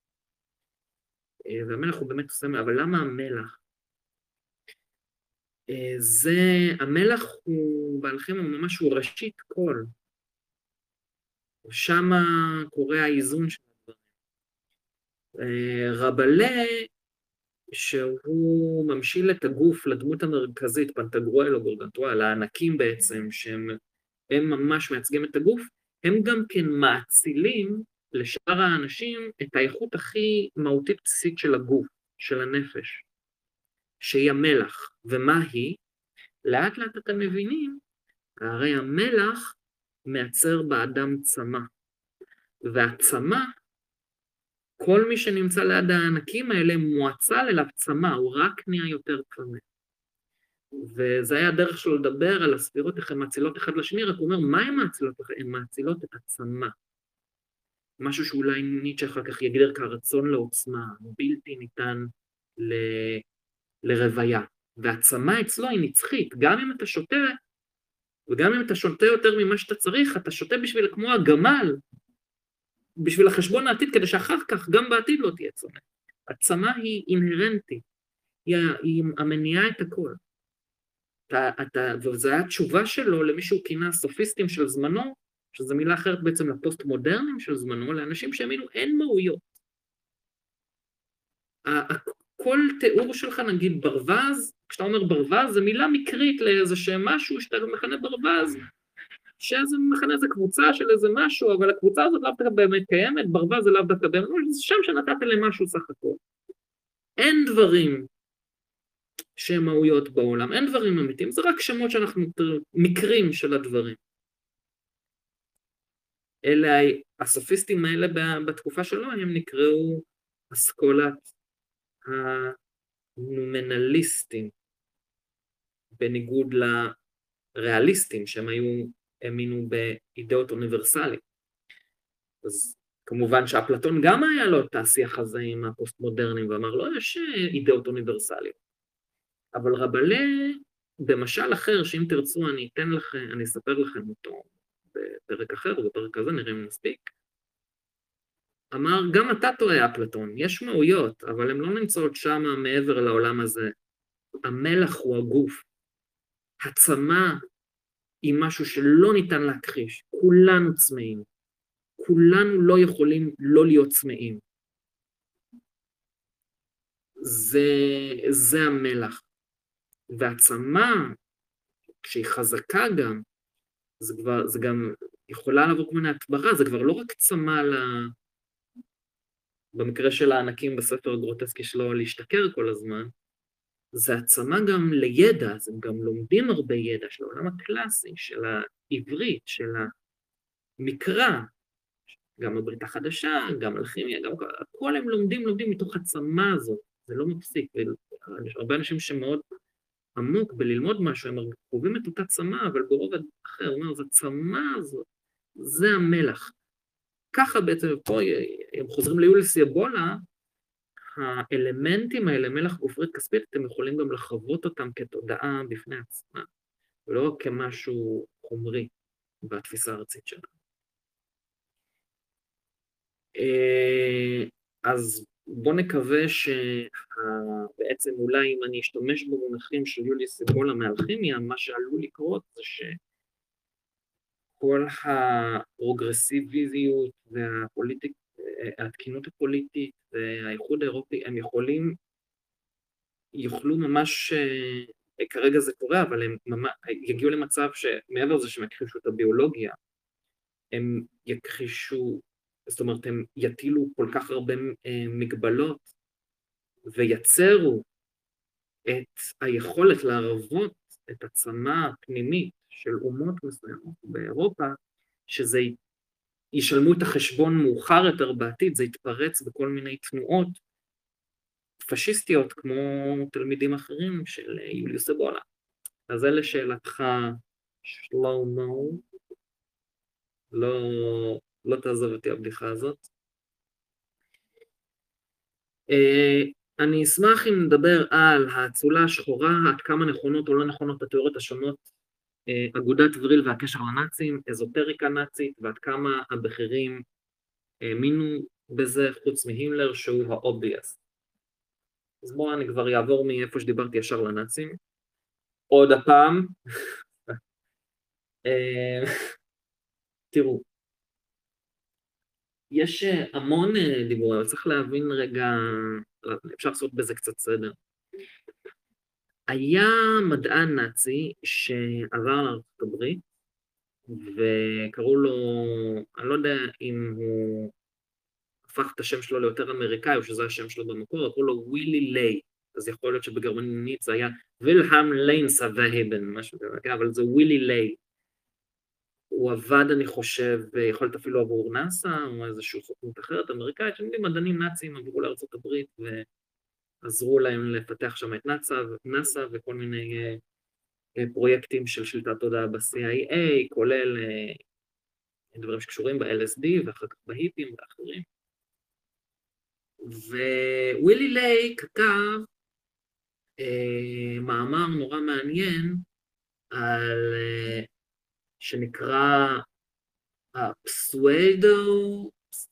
והמלח הוא באמת עושה, אבל למה המלח? המלח הוא בהלכים ממש הוא ראשית כל, שם קורה האיזון של הדברים. רבלה, שהוא ממשיל את הגוף לדמות המרכזית, פנטגרואל או גרגנטרואל, הענקים בעצם, שהם ממש מייצגים את הגוף, הם גם כן מאצילים לשאר האנשים את האיכות הכי מהותית בסיסית של הגוף, של הנפש, שהיא המלח. ומה היא? לאט לאט אתם מבינים, הרי המלח מייצר באדם צמא, והצמא, כל מי שנמצא ליד הענקים האלה מואצל אליו צמא, הוא רק נהיה יותר צמא. וזה היה הדרך שלו לדבר על הספירות, איך הן מאצילות אחד לשני, רק הוא אומר, מה הן מאצילות? הן מאצילות את הצמא. משהו שאולי ניטשה אחר כך יגדיר כרצון לעוצמה, בלתי ניתן לרוויה. והצמא אצלו היא נצחית, גם אם אתה שותה, וגם אם אתה שותה יותר ממה שאתה צריך, אתה שותה בשביל כמו הגמל, בשביל החשבון העתיד, כדי שאחר כך גם בעתיד לא תהיה צמא. הצמא היא אינהרנטית, היא המניעה את הכל. וזו הייתה התשובה שלו למי שהוא כינה סופיסטים של זמנו, שזו מילה אחרת בעצם לפוסט-מודרנים של זמנו, לאנשים שהאמינו אין מהויות. כל תיאור שלך, נגיד ברווז, כשאתה אומר ברווז, זו מילה מקרית לאיזה משהו שאתה מכנה ברווז, שזה מכנה איזה קבוצה של איזה משהו, אבל הקבוצה הזאת לאו דווקא באמת קיימת, ברווז זה לאו דווקא באמת, זה שם שנתת למשהו סך הכל. אין דברים שהם מהויות בעולם, אין דברים אמיתיים, זה רק שמות שאנחנו מקרים של הדברים. אלה הסופיסטים האלה בתקופה שלו, הם נקראו אסכולת הנומנליסטים, בניגוד לריאליסטים, שהם האמינו באידאות אוניברסליות. אז כמובן שאפלטון גם היה לו את השיח הזה עם הפוסט-מודרנים, ואמר לו, יש אידאות אוניברסליות. אבל רבלה, במשל אחר, שאם תרצו אני אספר לכם אותו בפרק אחר, ובפרק הזה נראה אם נספיק, אמר, גם אתה טועה אפלטון, יש מהויות, אבל הן לא נמצאות שם מעבר לעולם הזה. המלח הוא הגוף. הצמא היא משהו שלא ניתן להכחיש. כולנו צמאים. כולנו לא יכולים לא להיות צמאים. זה המלח. והצמא, כשהיא חזקה גם, זה גם יכולה לעבור כמו מהתברה, זה כבר לא רק צמא במקרה של הענקים בספר הגרוטסקי שלו להשתכר כל הזמן, זה הצמא גם לידע, אז הם גם לומדים הרבה ידע של העולם הקלאסי, של העברית, של המקרא, גם הברית החדשה, גם אלכימיה, גם הכל הם לומדים מתוך הצמא הזאת, זה לא מפסיק, ויש הרבה אנשים שמאוד עמוק בללמוד משהו, הם חווים את אותה צמא, אבל ברוב אחר, אומר, זה צמא הזאת, זה המלח. ככה בעצם פה, הם חוזרים ליוליוס אבולה, האלמנטים האלה, מלח גופרית כספית, אתם יכולים גם לחוות אותם כתודעה בפני עצמה, ולא רק כמשהו חומרי בתפיסה הארצית שלנו. אז בוא נקווה שבעצם אולי אם אני אשתמש במונחים של יוליוס אבולה מאלכימיה, מה שעלול לקרות זה שכל הפרוגרסיביות והתקינות הפוליטית והאיחוד האירופי, הם יוכלו ממש, כרגע זה קורה, אבל הם יגיעו למצב שמעבר לזה שהם יכחישו את הביולוגיה, הם יכחישו, זאת אומרת, הם יטילו כל כך הרבה מגבלות, ויצרו את היכולת להרוות את הצמא הפנימית של אומות מסוימות באירופה, שזה ישלמו את החשבון מאוחר יותר בעתיד, זה יתפרץ בכל מיני תנועות פשיסטיות כמו תלמידים אחרים של יוליוס אבולה. אז זה לשאלתך, שלמה, לא תעזוב אותי הבדיחה הזאת. אני אשמח אם נדבר על האצולה השחורה, עד כמה נכונות או לא נכונות התיאוריות השונות, אגודת וריל והקשר לנאצים, אזוטריקה נאצית, ועד כמה הבכירים האמינו בזה חוץ מהימלר שהוא האובייס. אז בואו אני כבר יעבור מאיפה שדיברתי ישר לנאצים. עוד הפעם. תראו, יש המון דיבורים, אבל צריך להבין רגע, אפשר לעשות בזה קצת סדר. היה מדען נאצי שעבר לארצות הברית, וקראו לו, אני לא יודע אם הוא הפך את השם שלו ליותר אמריקאי, או שזה השם שלו במקור, קראו לו ווילי ליי, אז יכול להיות שבגרמנית זה היה וילהלם ליינס-אבהבן, משהו כזה, אבל זה ווילי ליי. הוא עבד, אני חושב, יכול להיות אפילו עבור נאסא, או איזושהי סוכנות אחרת אמריקאית, שאני מדענים נאצים עברו לארצות הברית, ועזרו להם לפתח שם את נאסא, וכל מיני פרויקטים של שליטת תודעה ב-CIA, כולל דברים שקשורים ב-LSD, ואחר כך בהיפים ואחרים. ווילי ליי כתב מאמר נורא מעניין על שנקרא pseudo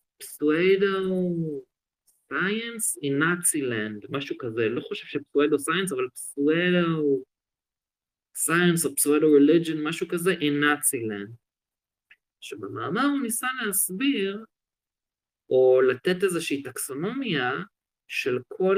science in Nazi land, משהו כזה, לא חושב שפסואדו science, אבל pseudo science או pseudo religion, משהו כזה, in Nazi land. שבמאמר הוא ניסה להסביר, או לתת איזושהי טקסונומיה של כל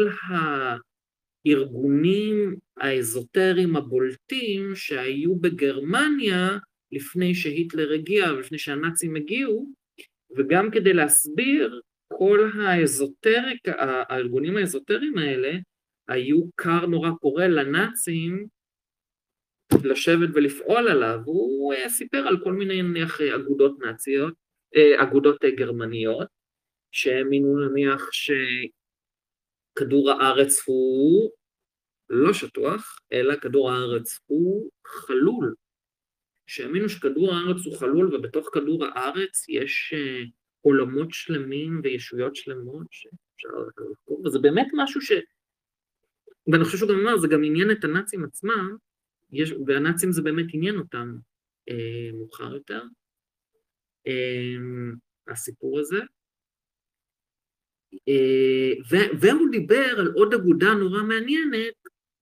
הארגונים האזוטריים הבולטים שהיו בגרמניה לפני שהיטלר הגיע ולפני שהנאצים הגיעו, וגם כדי להסביר כל הארגונים האזוטריים האלה היו קר נורא פורה לנאצים לשבת ולפעול עליו. הוא סיפר על כל מיני נניח אגודות נאציות, אגודות גרמניות, שהאמינו נניח שכדור הארץ הוא לא שטוח, אלא כדור הארץ הוא חלול. שהאמינו שכדור הארץ הוא חלול, ובתוך כדור הארץ יש עולמות שלמים וישויות שלמות שאפשר לחקור, וזה באמת משהו ואני חושב שהוא גם אמר, זה גם עניין את הנאצים עצמם, והנאצים זה באמת עניין אותם מאוחר יותר. הסיפור הזה. והוא דיבר על עוד אגודה נורא מעניינת,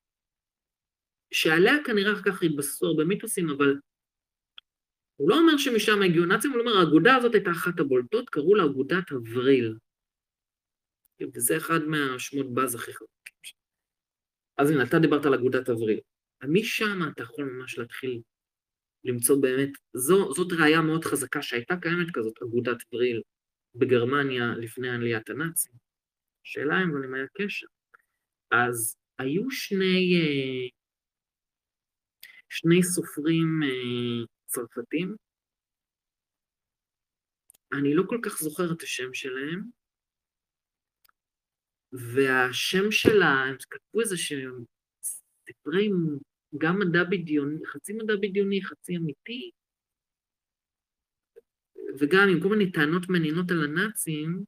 שעליה כנראה אחר כך התבססו הרבה מיתוסים, אבל הוא לא אומר שמשם הגיעו נאצים, הוא אומר, האגודה הזאת הייתה אחת הבולטות, קראו לה אגודת אבריל. וזה אחד מהשמות באז הכי חזקים. אז הנה, אתה דיברת על אגודת אבריל. משם אתה יכול ממש להתחיל למצוא באמת, זאת ראיה מאוד חזקה שהייתה קיימת כזאת, אגודת אבריל, בגרמניה לפני עליית הנאצים. שאלה אם היה קשר. אז היו שני סופרים צרפתים, אני לא כל כך זוכר את השם שלהם, והשם שלה, הם כתבו איזה שהם ספרי גם מדע בדיוני, חצי מדע בדיוני, חצי אמיתי, וגם עם כל מיני טענות מעניינות על הנאצים,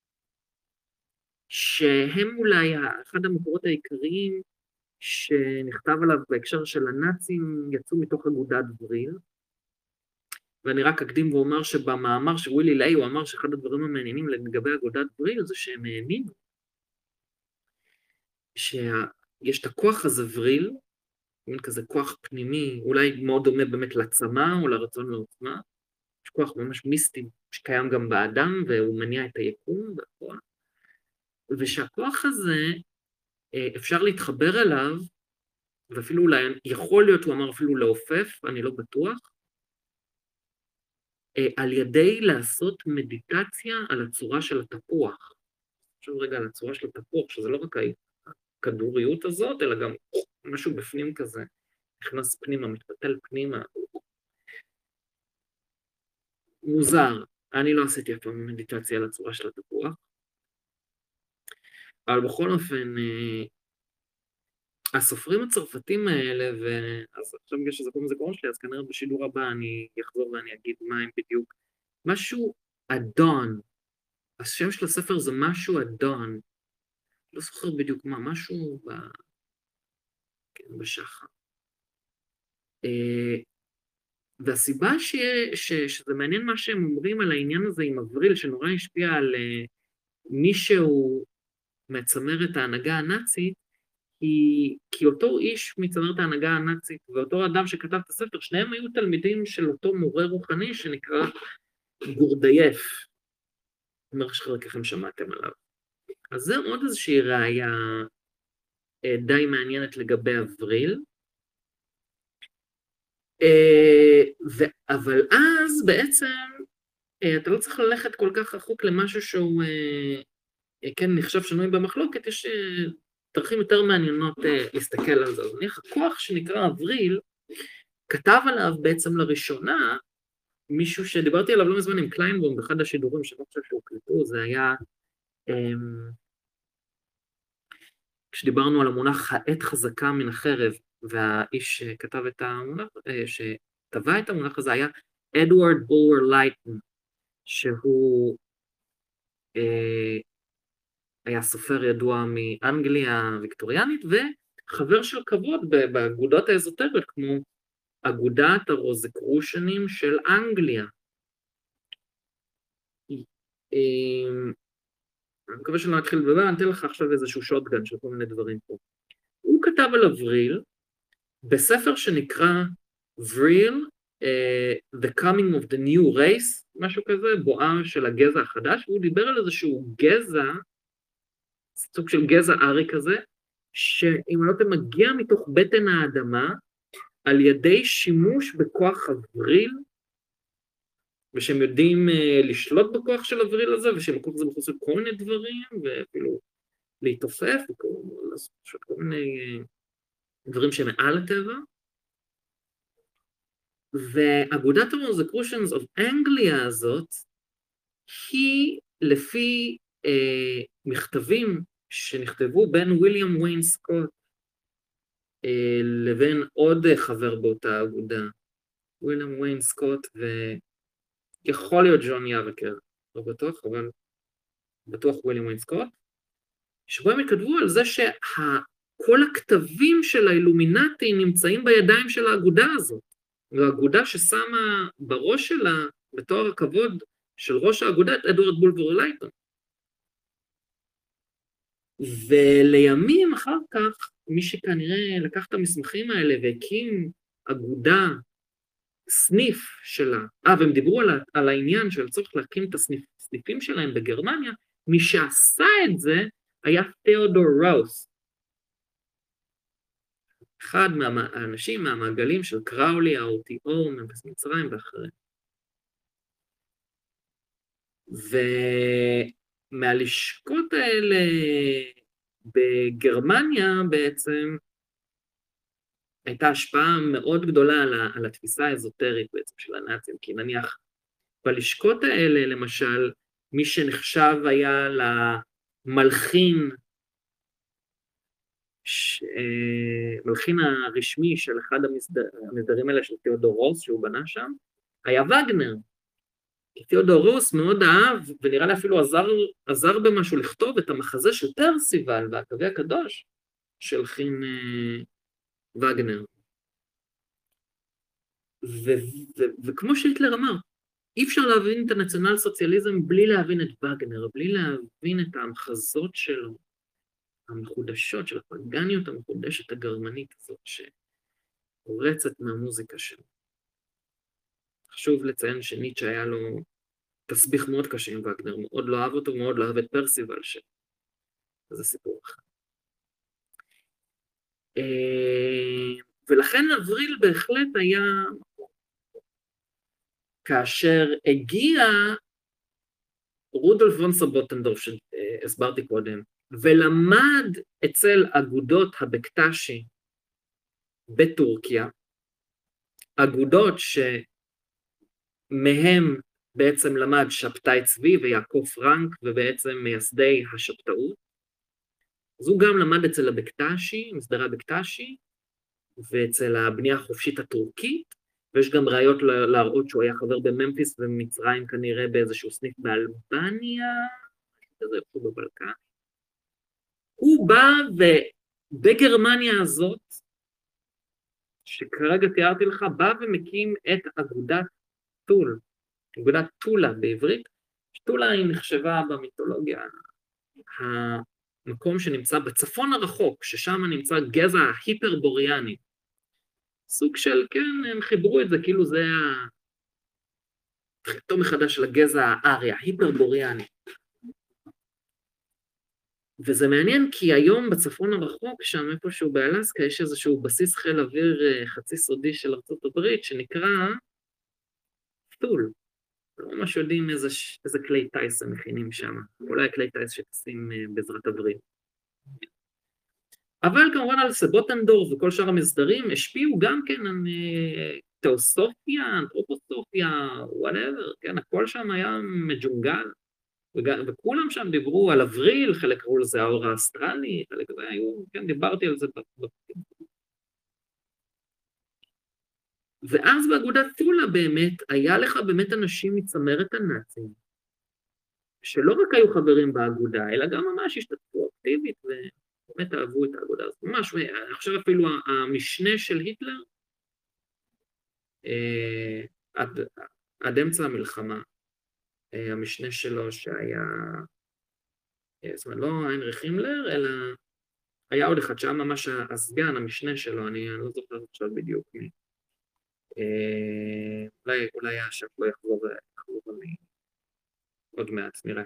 שהם אולי אחד המקורות העיקריים שנכתב עליו בהקשר של הנאצים, יצאו מתוך אגודת אבריל, ואני רק אקדים ואומר שבמאמר של ווילי ליי, הוא אמר שאחד הדברים המעניינים לגבי אגודת אבריל, זה שהם האמינו שיש את הכוח הזה אבריל, מין כזה כוח פנימי, אולי מאוד דומה באמת לצמא או לרצון לעוצמה, יש כוח ממש מיסטי שקיים גם באדם, והוא מניע את היקום והכל, ושהכוח הזה אפשר להתחבר אליו, ואפילו אולי יכול להיות, הוא אמר אפילו לעופף, אני לא בטוח, על ידי לעשות מדיטציה על הצורה של התפוח. עכשיו רגע, על הצורה של התפוח, שזה לא רק הכדוריות הזאת, אלא גם משהו בפנים כזה, נכנס פנימה, מתפתל פנימה. מוזר, אני לא עשיתי אף פעם מדיטציה על הצורה של התפוח, אבל בכל אופן, הסופרים הצרפתים האלה, אז עכשיו בגלל שזה קוראים לזה קוראים שלי, אז כנראה בשידור הבא אני אחזור ואני אגיד מה הם בדיוק. משהו אדון, השם של הספר זה משהו אדון, לא זוכר בדיוק מה, משהו בשחר. והסיבה שזה מעניין מה שהם אומרים על העניין הזה עם אבריל, שנורא השפיע על מי שהוא מצמרת ההנהגה הנאצית, כי אותו איש מצמרת ההנהגה הנאצית, ואותו אדם שכתב את הספר, שניהם היו תלמידים של אותו מורה רוחני שנקרא גורדייף. אני אומר שחלקכם שמעתם עליו. אז זה עוד איזושהי ראיה די מעניינת לגבי אבריל. אבל אז בעצם אתה לא צריך ללכת כל כך רחוק למשהו שהוא כן נחשב שנוי במחלוקת, יש דרכים יותר מעניינות להסתכל על זה. אז נניח הכוח שנקרא אבריל, כתב עליו בעצם לראשונה, מישהו שדיברתי עליו לא מזמן עם קליינבום, באחד השידורים שאני חושב שהוקלטו, זה היה, כשדיברנו על המונח העת חזקה מן החרב, והאיש שכתב את המונח, שטבע את המונח הזה, היה אדוארד בולר לייטן, שהוא היה סופר ידוע מאנגליה הוויקטוריאנית, וחבר של כבוד באגודות האזוטריות, כמו אגודת הרוזקרושנים של אנגליה. אני מקווה שלא נתחיל לדבר, אני אתן לך עכשיו איזשהו שוטגן של כל מיני דברים פה. הוא כתב על אבריל, בספר שנקרא Vril, The Coming of the New Race, משהו כזה, בואה של הגזע החדש, והוא דיבר על איזשהו גזע, סוג של גזע ארי כזה, שאם לא מגיע מתוך בטן האדמה, על ידי שימוש בכוח אבריל, ושהם יודעים לשלוט בכוח של אבריל הזה, ושהם הכוח הזה מחוץ לכל מיני דברים, ואפילו להתעופף, לעשות כל מיני דברים שהם מעל הטבע. ואגודת הרוזקרושנס of אנגליה הזאת, היא לפי מכתבים שנכתבו בין וויליאם ויין סקוט, לבין עוד חבר באותה אגודה, וויליאם ויין סקוט, ויכול להיות ג'ון יאבקר, לא בטוח, אבל בטוח וויליאם ויין סקוט, שבו הם כתבו על זה שכל הכתבים של האילומינטי נמצאים בידיים של האגודה הזאת, והאגודה ששמה בראש שלה בתואר הכבוד של ראש האגודת אדוארד בולבר לייטון. ולימים אחר כך, מי שכנראה לקח את המסמכים האלה והקים אגודה, סניף שלה, והם דיברו על העניין של צורך להקים את הסניפים שלהם בגרמניה, מי שעשה את זה היה תיאודור ראוס, אחד מהאנשים מהמעגלים של קראולי, ה-OTO, מאפס מצרים ואחרים. ומהלשכות האלה בגרמניה בעצם הייתה השפעה מאוד גדולה על התפיסה האזוטרית בעצם של הנאצים, כי נניח בלשכות האלה למשל, מי שנחשב היה למלחין, מלחין הרשמי של אחד המסדרים האלה של תיאודור רוס שהוא בנה שם, היה וגנר. תיאודור רוס מאוד אהב, ונראה לי אפילו עזר במשהו לכתוב את המחזה של פרסיבל והקווי הקדוש של חין וגנר. וכמו שהיטלר אמר, אי אפשר להבין את הנציונל סוציאליזם בלי להבין את וגנר, בלי להבין את המחזות שלו, המחודשות של הפגניות המחודשת הגרמנית הזאת שרצת מהמוזיקה שלו. חשוב לציין שניטשה היה לו תסביך מאוד קשה עם וגנר, מאוד לא אהב אותו, מאוד לא אהב את פרסיבל שלו. זה סיפור אחר. ולכן אבריל בהחלט היה, כאשר הגיע רודולף וון סבוטנדורף שהסברתי קודם, ולמד אצל אגודות הבקטשי בטורקיה, אגודות שמהם בעצם למד שבתאי צבי ויעקב פרנק, ובעצם מייסדי השבתאות. אז הוא גם למד אצל הבקטשי, מסדרי הבקטשי, ואצל הבנייה החופשית הטורקית, ויש גם ראיות להראות שהוא היה חבר בממפיס ומצרים כנראה באיזשהו סניף באלבניה, איזה איפה בבלקן. הוא בא ובגרמניה הזאת, שכרגע תיארתי לך, בא ומקים את אגודת טול, אגודת טולה בעברית. טולה היא נחשבה במיתולוגיה המקום שנמצא בצפון הרחוק, ששם נמצא גזע ההיפרבוריאני. סוג של, כן, הם חיברו את זה, כאילו זה תחיתו מחדש של הגזע הארי, ההיפרבוריאני. וזה מעניין כי היום בצפון הרחוק, שם איפשהו באלסקה, יש איזשהו בסיס חיל אוויר חצי סודי של ארצות הברית, שנקרא טול. לא ממש יודעים איזה כלי טייס הם מכינים שם, אולי כלי טייס שטסים בעזרת הברית. אבל כמובן על סבוטנדורף וכל שאר המסדרים השפיעו גם כן על תיאוסופיה, אנתרופוסופיה, whatever, כן, הכל שם היה מג'ונגל, וכולם שם דיברו על אבריל, חלק קראו לזה האור האסטרלי, חלק כזה היו, כן, דיברתי על זה בפרקים. ואז באגודת טולה באמת, היה לך באמת אנשים מצמרת הנאצים, שלא רק היו חברים באגודה, אלא גם ממש השתתפו אקטיבית, ובאמת אהבו את האגודה הזאת. ממש, אני חושב אפילו המשנה של היטלר, עד אמצע המלחמה, המשנה שלו שהיה, זאת אומרת, לא היינריך הימלר, אלא היה עוד אחד שהיה ממש הסגן, המשנה שלו, אני לא זוכר עכשיו בדיוק מי. אולי השם לא יחזור אני עוד מעט, נראה.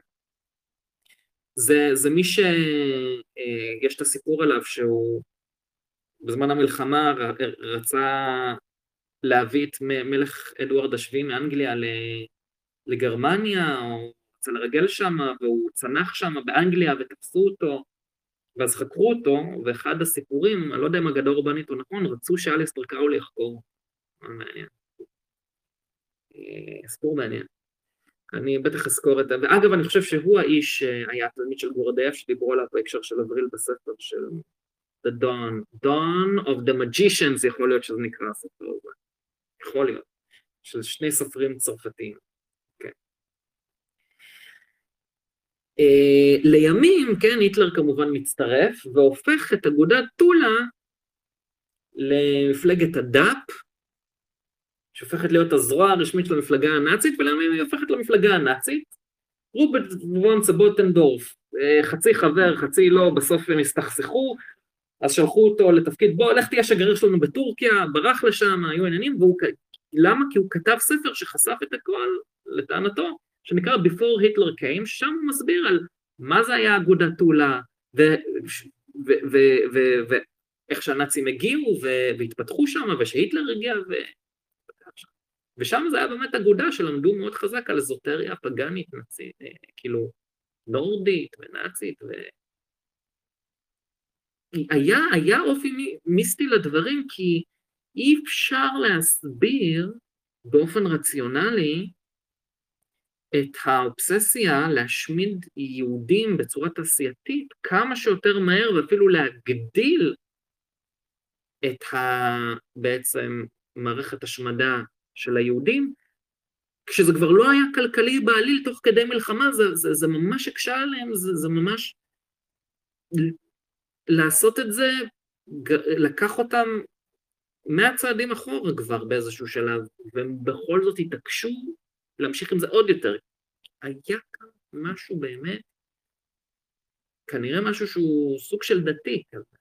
זה מי שיש את הסיפור עליו שהוא בזמן המלחמה רצה להביא את מלך אדוארד השביעי מאנגליה לגרמניה, או רצה לרגל שם, והוא צנח שם באנגליה ותפסו אותו, ואז חקרו אותו, ואחד הסיפורים, אני לא יודע אם אגדה אורבנית או נכון, רצו שאליסטר קראולי יחקור. מעניין. סיפור מעניין. אני בטח אזכור את זה, ואגב אני חושב שהוא האיש שהיה תלמיד של גורדייף, שדיברו עליו בהקשר של אבריל בספר של The Dawn of the Magicians, יכול להיות שזה נקרא הספר הזה. יכול להיות. של שני סופרים צרפתיים. כן. לימים, כן, היטלר כמובן מצטרף, והופך את אגודת טולה למפלגת הדאפ, שהופכת להיות הזרוע הרשמית של המפלגה הנאצית, ולימים היא הופכת למפלגה הנאצית. רוברט וון צבוטנדורף, חצי חבר, חצי לא, בסוף הם הסתכסכו, אז שלחו אותו לתפקיד, בוא, לך תהיה שגריר שלנו בטורקיה, ברח לשם, היו עניינים, למה? כי הוא כתב ספר שחשף את הכל, לטענתו, שנקרא Before Hitler Came, שם הוא מסביר על מה זה היה אגודת תולה, ואיך שהנאצים הגיעו, והתפתחו שם, ושהיטלר הגיע, ושם זה היה באמת אגודה שלמדו מאוד חזק על אזוטריה פגנית, נאצית, כאילו נורדית ונאצית, היה אופי מיסטי לדברים, כי אי אפשר להסביר באופן רציונלי את האובססיה להשמיד יהודים בצורה תעשייתית כמה שיותר מהר, ואפילו להגדיל את בעצם מערכת השמדה של היהודים, כשזה כבר לא היה כלכלי בעליל תוך כדי מלחמה, זה ממש הקשה עליהם, זה ממש לעשות את זה, לקח אותם 100 צעדים אחורה כבר באיזשהו שלב, והם בכל זאת התעקשו להמשיך עם זה עוד יותר. היה כאן משהו באמת, כנראה משהו שהוא סוג של דתי כזה.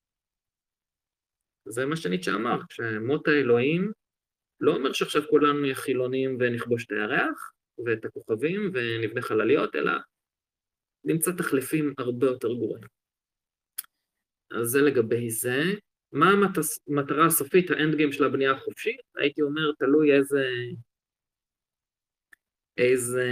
זה מה שניטשה אמר, כשמות האלוהים, לא אומר שעכשיו כולנו נהיה חילונים ונכבוש את הירח, ואת הכוכבים ונבנה חלליות, אלא נמצא תחליפים הרבה יותר גרועים. אז זה לגבי זה. מה המטרה הסופית, האנד גיים של הבנייה החופשית? הייתי אומר, תלוי איזה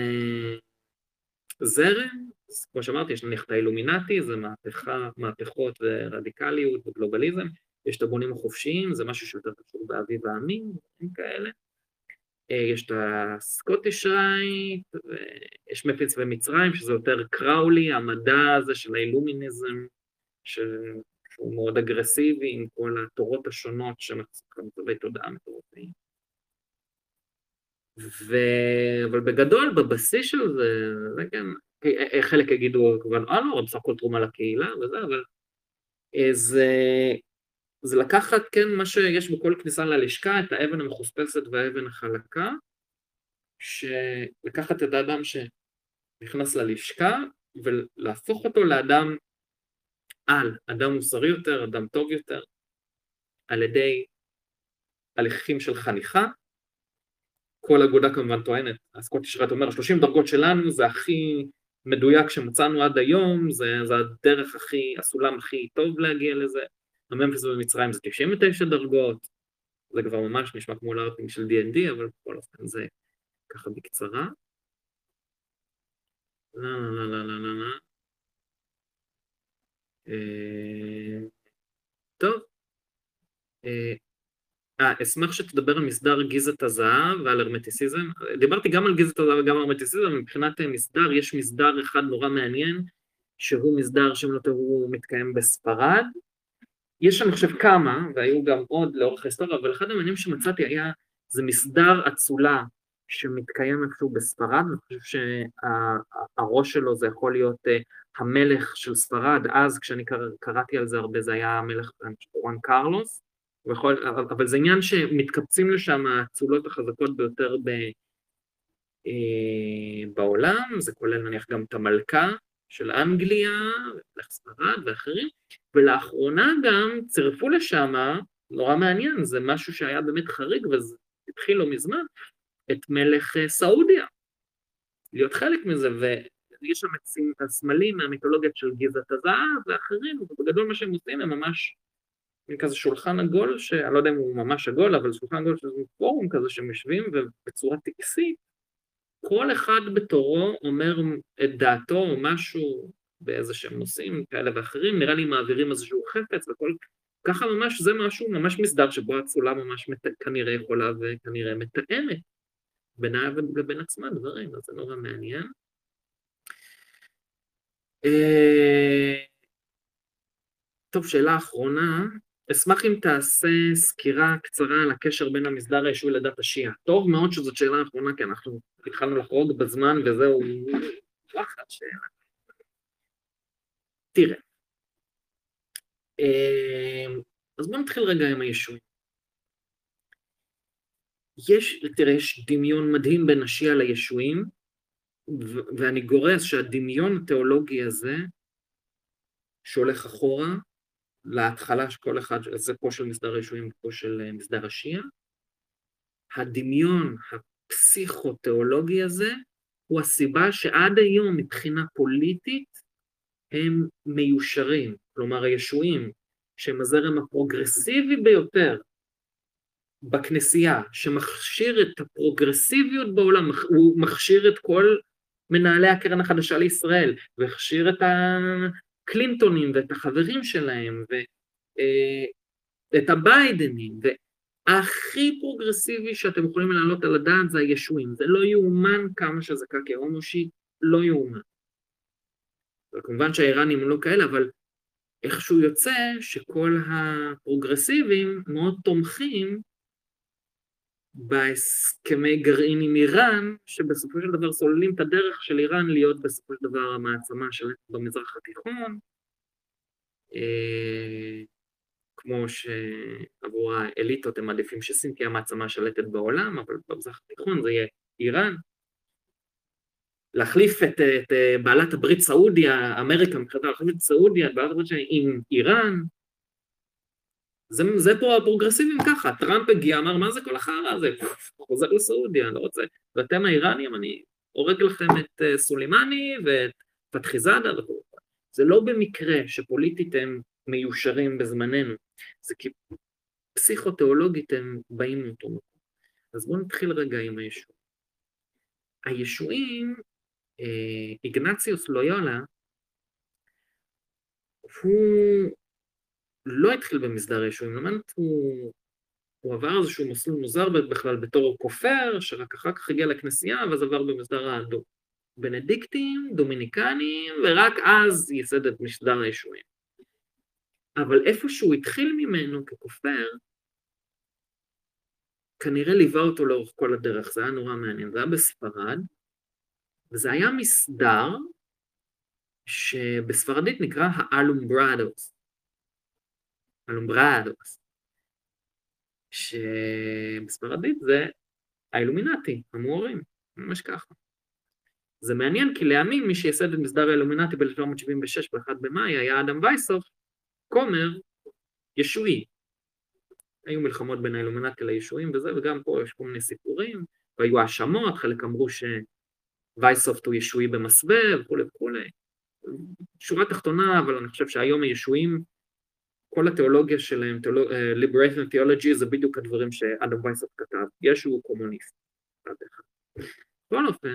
זרם. אז כמו שאמרתי, יש נניח את האילומינטי, זה מהפכות ורדיקליות וגלובליזם. יש את הבונים החופשיים, זה משהו שיותר קשור באביב העמים, דברים כאלה. יש את הסקוטיש רייט, יש מפיץ ומצרים, שזה יותר קראולי, המדע הזה של האילומיניזם, שהוא מאוד אגרסיבי, עם כל התורות השונות שמחזיקות מצבי תודעה מטורפים. אבל בגדול, בבסיס של זה כן, חלק יגידו כמובן, לא, בסך הכל תרומה לקהילה וזה, אבל זה לקחת, כן, מה שיש בכל כניסה ללשכה, את האבן המחוספסת והאבן החלקה, שלקחת את האדם שנכנס ללשכה, ולהפוך אותו לאדם אדם מוסרי יותר, אדם טוב יותר, על ידי הליכים של חניכה. כל אגודה כמובן טוענת, הסקוטיש רייט אומר, 30 דרגות שלנו זה הכי מדויק שמצאנו עד היום, זה הדרך הכי, הסולם הכי טוב להגיע לזה. הממפיס במצרים זה 99 דרגות, זה כבר ממש נשמע כמו לארפינג של D&D, אבל בכל אופן זה ככה בקצרה. טוב. אשמח שתדבר על מסדר גיזת הזהב ועל הרמטיסיזם. דיברתי גם על גיזת הזהב וגם על הרמטיסיזם, מבחינת מסדר, יש מסדר אחד נורא מעניין, שהוא מסדר שהוא מתקיים בספרד. יש אני חושב כמה, והיו גם עוד לאורך ההיסטוריה, אבל אחד המעניינים שמצאתי היה, זה מסדר אצולה שמתקיים איפשהו בספרד, אני חושב שהראש שלו זה יכול להיות המלך של ספרד, אז כשאני קראתי על זה הרבה, זה היה המלך וואן קרלוס, אבל זה עניין שמתקבצים לשם האצולות החזקות ביותר בעולם, זה כולל נניח גם את המלכה של אנגליה, מלך ספרד ואחרים, ולאחרונה גם צירפו לשם, נורא מעניין, זה משהו שהיה באמת חריג, וזה התחיל לא מזמן, את מלך סעודיה, להיות חלק מזה, ויש שם את הסמלים מהמיתולוגיה של גיזת הזהב ואחרים, ובגדול מה שהם עושים הם ממש כזה שולחן עגול, שאני לא יודע אם הוא ממש עגול, אבל שולחן עגול שזה פורום כזה שמשווים, ובצורה טקסית, כל אחד בתורו אומר את דעתו או משהו באיזה שהם נושאים כאלה ואחרים, נראה לי מעבירים איזשהו חפץ וכל, ככה ממש זה משהו ממש מסדר שבו הצולה ממש כנראה יכולה וכנראה מתאמת בינה ובין עצמה דברים, אז זה נורא מעניין. טוב, שאלה אחרונה, אשמח אם תעשה סקירה קצרה על הקשר בין המסדר הישועי לדת השיעה. טוב מאוד שזאת שאלה אחרונה, כי אנחנו התחלנו לחרוג בזמן וזהו, אחת שאלה. תראה, אז בואו נתחיל רגע עם הישועי. תראה, יש דמיון מדהים בין השיעה לישועים, ואני גורס שהדמיון התיאולוגי הזה, שהולך אחורה, להתחלה שכל אחד, זה פה של מסדר הישועים ופה של מסדר השיעה, הדמיון הפסיכותיאולוגי הזה, הוא הסיבה שעד היום מבחינה פוליטית הם מיושרים, כלומר הישועים, שהם הזרם הפרוגרסיבי ביותר בכנסייה, שמכשיר את הפרוגרסיביות בעולם, הוא מכשיר את כל מנהלי הקרן החדשה לישראל, והכשיר את הקלינטונים ואת החברים שלהם, ואת הביידנים, והכי פרוגרסיבי שאתם יכולים להעלות על הדעת זה הישועים, זה לא יאומן כמה שזה קקי הומושי, לא יאומן. וכמובן שהאיראנים לא כאלה, אבל איכשהו יוצא שכל הפרוגרסיבים מאוד תומכים בהסכמי גרעין עם איראן, שבסופו של דבר סוללים את הדרך של איראן להיות בסופו של דבר המעצמה שלהם במזרח התיכון, כמו שעבור האליטות הם מעדיפים שסין תהיה המעצמה השלטת בעולם, אבל במזרח התיכון זה יהיה איראן. להחליף את בעלת הברית סעודיה, אמריקה מבחינתה להחליף את סעודיה, את בעלת הברית עם איראן, זה פה הפרוגרסיבים ככה, טראמפ הגיע, אמר, מה זה כל החרא הזה? חוזר לסעודיה, אני לא רוצה. ואתם האיראנים, אני הורג לכם את סולימני ואת פתחי זאדה וכו'. זה לא במקרה שפוליטית הם מיושרים בזמננו, זה כי פסיכותיאולוגית הם באים מאותו מקום. אז בואו נתחיל רגע עם הישוע. הישועים, איגנציוס לויולה, הוא לא התחיל במסדר הישועים, למעט הוא עבר איזשהו מסלול מוזר בכלל בתור כופר, שרק אחר כך הגיע לכנסייה, ואז עבר במסדר בנדיקטים, דומיניקנים, ורק אז ייסד את מסדר הישועים. אבל איפה שהוא התחיל ממנו ככופר, כנראה ליווה אותו לאורך כל הדרך, זה היה נורא מעניין, זה היה בספרד, וזה היה מסדר שבספרדית נקרא האלומברדוס. אלומברדוס. שבספרדית זה האילומינטי, המוארים, ממש ככה. זה מעניין כי לימים מי שיסד את מסדר האילומינטי ב-1976 ב-1 במאי היה אדם וייסוף, כומר ישועי. היו מלחמות בין האילומינטי לישועים וזה, וגם פה יש כל מיני סיפורים, והיו האשמות, חלק אמרו שווייסוף הוא ישועי במסווה וכו' וכו'. שורה תחתונה, אבל אני חושב שהיום הישועים, כל התיאולוגיה שלהם, Liberation Theology, זה בדיוק הדברים שאדם וייסוף כתב. ישו הוא קומוניסט. בכל אופן,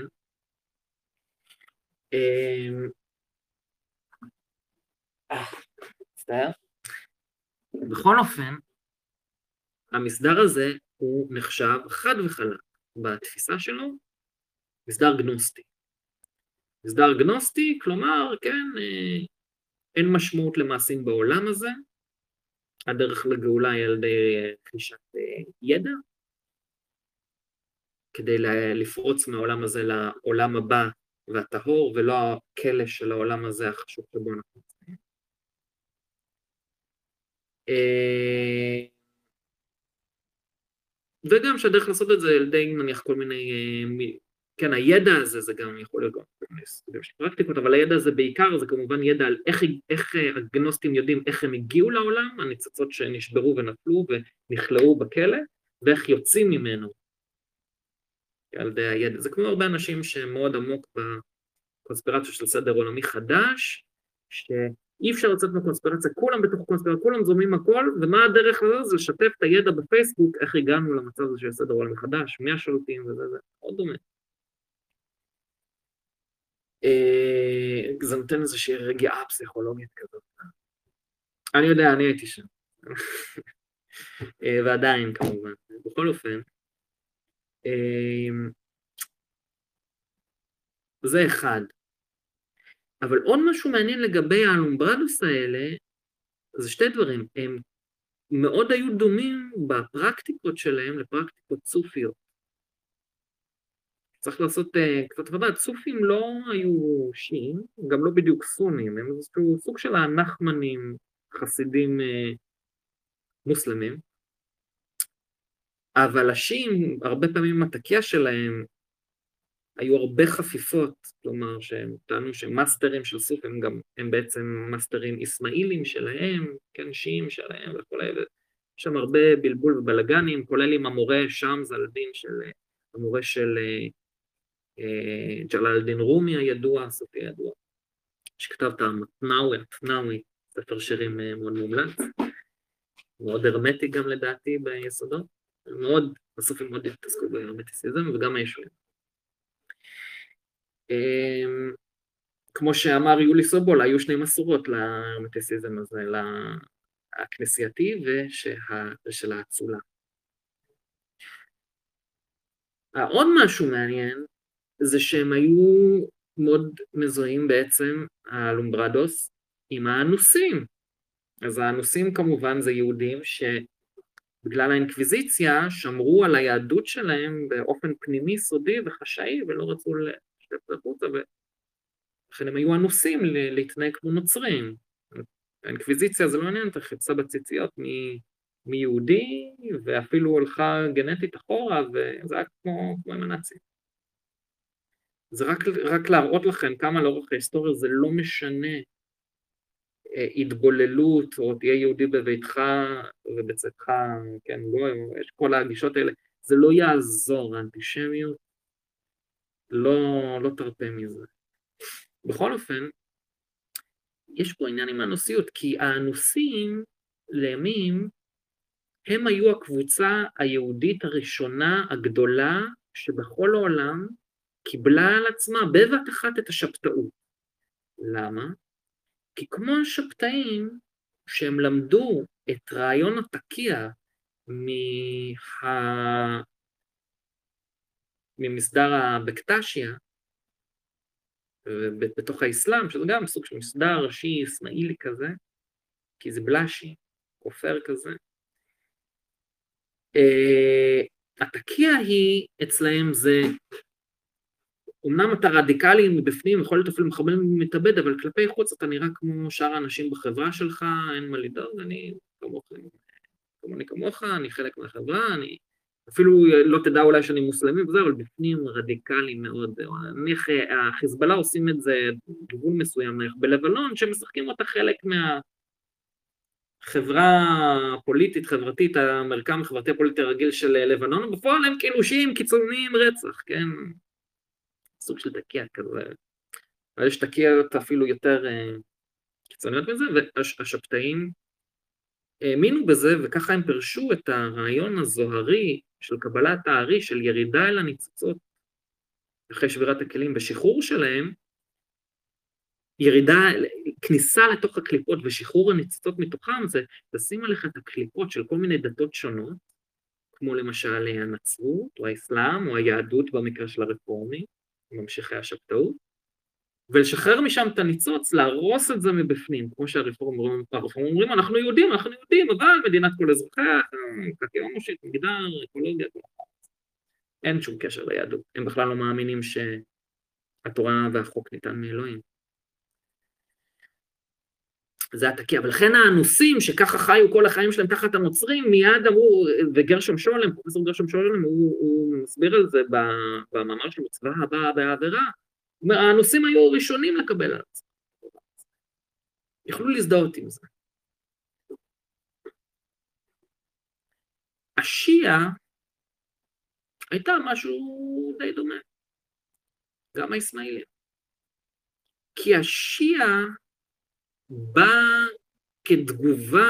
מצטער. בכל אופן, המסדר הזה הוא נחשב חד וחלק בתפיסה שלו, מסדר גנוסטי. מסדר גנוסטי, כלומר, כן, אין משמעות למעשים בעולם הזה, הדרך לגאולה היא על ידי רכישת ידע, כדי לפרוץ מהעולם הזה לעולם הבא והטהור, ולא הכלא של העולם הזה החשוב שבו אנחנו נמצאים. וגם שהדרך לעשות את זה על ידי נניח כל מיני, כן, הידע הזה זה גם יכול להיות גם סוגים של פרקטיקות, אבל הידע הזה בעיקר זה כמובן ידע על איך הגנוסטים יודעים איך הם הגיעו לעולם, הניצוצות שנשברו ונפלו ונכלאו בכלא, ואיך יוצאים ממנו על ידי הידע. זה כמו הרבה אנשים שהם מאוד עמוק בקונספירציה של סדר עולמי חדש, שאי אפשר לצאת מהקונספירציה, כולם בתוך הקונספירציה, כולם זומים הכל, ומה הדרך לזה? זה לשתף את הידע בפייסבוק, איך הגענו למצב הזה של סדר עולמי חדש, מי השולטים וזה, זה מאוד דומה. זה נותן איזושהי רגיעה פסיכולוגית כזאת. אני יודע, אני הייתי שם. ועדיין כמובן. בכל אופן, זה אחד. אבל עוד משהו מעניין לגבי האלומברדוס האלה, זה שתי דברים. הם מאוד היו דומים בפרקטיקות שלהם לפרקטיקות סופיות. צריך לעשות קצת עבודה, צופים לא היו שיעים, גם לא בדיוק סונים, הם איזשהו סוג של הנחמנים, חסידים מוסלמים, הבלשים, הרבה פעמים התקיע שלהם, היו הרבה חפיפות, כלומר שהם טענו שהם מאסטרים של סוף, הם בעצם מאסטרים אסמאעילים שלהם, כן, שיעים שלהם וכו', ויש שם הרבה בלבול ובלגנים, כולל עם המורה שמס אל-דין, המורה של ג'לאל א-דין רומי הידוע, הסופי הידוע, שכתב את המתנאווי, ספר שירים מאוד מומלץ, מאוד הרמטי גם לדעתי ביסודות, מאוד, בסוף הם מאוד התעסקו בהרמטיסיזם וגם הישועים. כמו שאמר יולי סובול, היו שני מסורות להרמטיסיזם הזה, הכנסייתי ושל האצולה. עוד משהו מעניין, זה שהם היו מאוד מזוהים בעצם, הלומברדוס, עם האנוסים. אז האנוסים כמובן זה יהודים שבגלל האינקוויזיציה שמרו על היהדות שלהם באופן פנימי, סודי וחשאי, ולא רצו לשתף החוצה, ולכן הם היו אנוסים להתנהג כמו נוצרים. האינקוויזיציה זה לא עניין, אתה חיפשה בציציות מיהודי, ואפילו הלכה גנטית אחורה, וזה היה כמו עם הנאצים. זה רק להראות לכם כמה לאורך ההיסטוריה זה לא משנה התבוללות, או תהיה יהודי בביתך ובצאתך, כן, יש כל הגישות האלה, זה לא יעזור, האנטישמיות לא תרפה מזה. בכל אופן, יש פה עניין עם האנוסיות, כי האנוסים לימים, הם היו הקבוצה היהודית הראשונה הגדולה שבכל העולם קיבלה על עצמה בבת אחת את השבתאות. למה? כי כמו השבתאים שהם למדו את רעיון התקיע ממסדר הבקטשיה, בתוך האסלאם, שזה גם סוג של מסדר ראשי אסמאעילי כזה, כי זה בלשי, כופר כזה. התקיע היא אצלהם זה, אמנם אתה רדיקלי מבפנים, יכול להיות אפילו מחבל מתאבד, אבל כלפי חוץ אתה נראה כמו שאר האנשים בחברה שלך, אין מה לדאוג, אני כמוך, אני חלק מהחברה, אני אפילו לא תדע אולי שאני מוסלמי וזה, אבל בפנים רדיקלי מאוד. החיזבאללה עושים את זה גבול מסוים בלבנון, שמשחקים אותה חלק מהחברה הפוליטית, חברתית, המרקם החברתי הפוליטי הרגיל של לבנון, ובפועל הם כאילו שיעים קיצוניים רצח, כן? סוג של תקיע כזה. יש תקיעות אפילו יותר קיצוניות בזה, והשבתאים האמינו בזה, וככה הם פרשו את הרעיון הזוהרי של קבלת הארי, של ירידה אל הניצוצות, אחרי שבירת הכלים בשחרור שלהם, ירידה, כניסה לתוך הקליפות ושחרור הניצוצות מתוכם, זה לשים עליך את הקליפות של כל מיני דתות שונות, כמו למשל הנצרות, או האסלאם, או היהדות במקרה של הרפורמי, ממשיכי השבתאות, ולשחרר משם את הניצוץ, להרוס את זה מבפנים, כמו שהרפורמים אומרים, אנחנו יהודים, אבל מדינת כל אזרחיה, חקי אנושית, מגדר, אקולוגיה, אין שום קשר ליהדות, הם בכלל לא מאמינים שהתורה והחוק ניתן מאלוהים. זה התקיע, ולכן האנוסים שככה חיו כל החיים שלהם תחת הנוצרים, מיד אמרו, וגרשום שולם, פרופסור גרשום שולם, הוא מסביר על זה במאמר של מצווה הבאה והעבירה, האנוסים היו ראשונים לקבל על זה. יכלו להזדהות עם זה. השיעה הייתה משהו די דומה, גם האסמאעיליה. כי השיעה בא כתגובה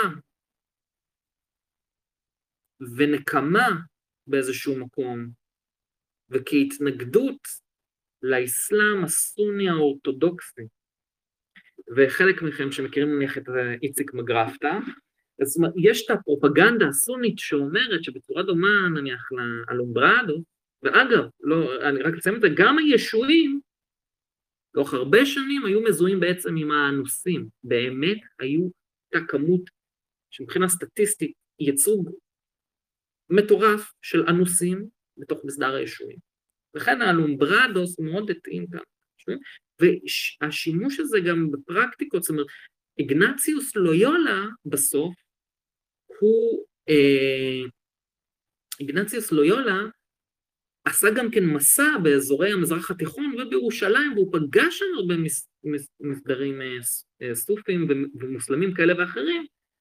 ונקמה באיזשהו מקום, וכהתנגדות לאסלאם הסוני האורתודוקסי. וחלק מכם שמכירים נניח את איציק מגרפטה, אז יש את הפרופגנדה הסונית שאומרת שבצורה דומה נניח לאלומברדו, ואגב, אני רק אציין את זה, גם הישועים, לאורך הרבה שנים היו מזוהים בעצם עם האנוסים, באמת היו את הכמות שמבחינה סטטיסטית ייצוג מטורף של אנוסים בתוך מסדר הישועים. לכן האלומברדוס מאוד התאים כאן, והשימוש הזה גם בפרקטיקות, זאת אומרת, איגנציוס לויולה בסוף, הוא איגנציוס לויולה עשה גם כן מסע באזורי המזרח התיכון ובירושלים, והוא פגש שם הרבה מסדרים סופים ומוסלמים כאלה ואחרים,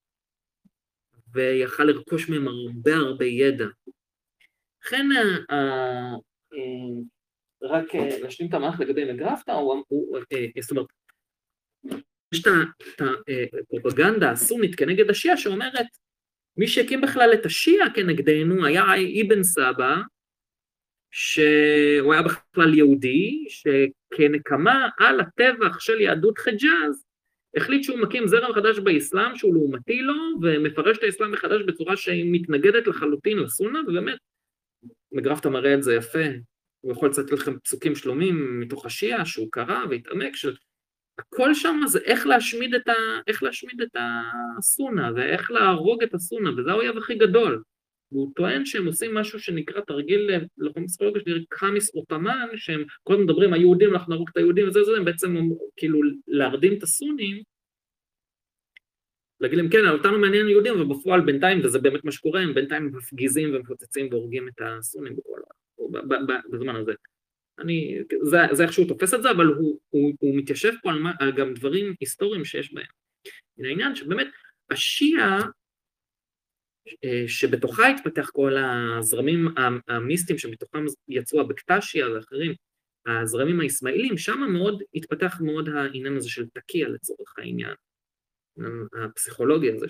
ויכל לרכוש מהם הרבה ידע. לכן, רק להשלים את המערכת לגבי מגרפתא, זאת אומרת, יש את הפרופגנדה הסונית כנגד השיעה שאומרת, מי שהקים בכלל את השיעה כנגדנו היה אבן סבא, שהוא היה בכלל יהודי, שכנקמה על הטבח של יהדות חג'אז, החליט שהוא מקים זרם חדש באסלאם, שהוא לעומתי לו, ומפרש את האסלאם מחדש בצורה שהיא מתנגדת לחלוטין לסונה, ובאמת, מגרפתא מראה את זה יפה, הוא יכול לצאת לכם פסוקים שלומים מתוך השיעה, שהוא קרא והתעמק, הכל שם זה איך להשמיד את הסונה, ואיך להרוג את הסונה, וזה האויב הכי גדול. והוא טוען שהם עושים משהו שנקרא תרגיל ללוחם פסיכולוגיה שנראה חמיס אוטמן, שהם כל הזמן מדברים, היהודים, אנחנו נהרוג את היהודים, וזה, הם בעצם כאילו להרדים את הסונים, להגיד להם, כן, אותנו מעניין יהודים, אבל בפועל בינתיים, וזה באמת מה שקורה, הם בינתיים מפגיזים ומפוצצים והורגים את הסונים בזמן הזה. זה איך שהוא תופס את זה, אבל הוא מתיישב פה על גם דברים היסטוריים שיש בהם. העניין שבאמת, השיעה, שבתוכה התפתח כל הזרמים המיסטיים שבתוכם יצאו הבקטשיה ואחרים, הזרמים הישמעאלים, שם מאוד התפתח מאוד העניין הזה של תקיע לצורך העניין, הפסיכולוגיה הזה,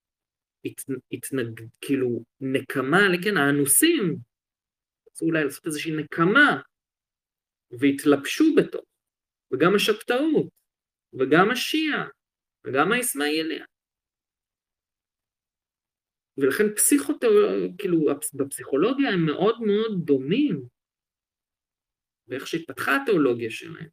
כאילו נקמה, כן, האנוסים, רצו אולי לעשות איזושהי נקמה, והתלבשו בתוך, וגם השבתאות, וגם השיעה, וגם הישמעאליה. ולכן כאילו, בפסיכולוגיה הם מאוד מאוד דומים, ואיך שהתפתחה התיאולוגיה שלהם.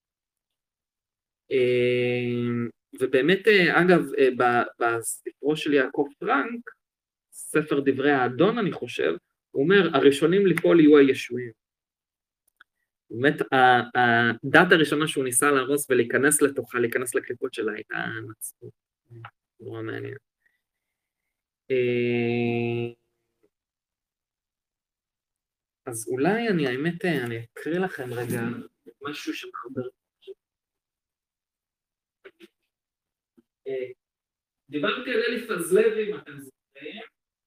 ובאמת, אגב, בספרו של יעקב פרנק, ספר דברי האדון, אני חושב, הוא אומר, הראשונים לפעול יהיו הישועים. באמת, הדת הראשונה שהוא ניסה להרוס ולהיכנס לתוכה, להיכנס לקליפות שלה, הייתה הנצרות. נורא מעניין. אז אולי האמת, אני אקריא לכם רגע משהו שמחבר. דיברתי על אליפז לוי, אם אתם זוכרים.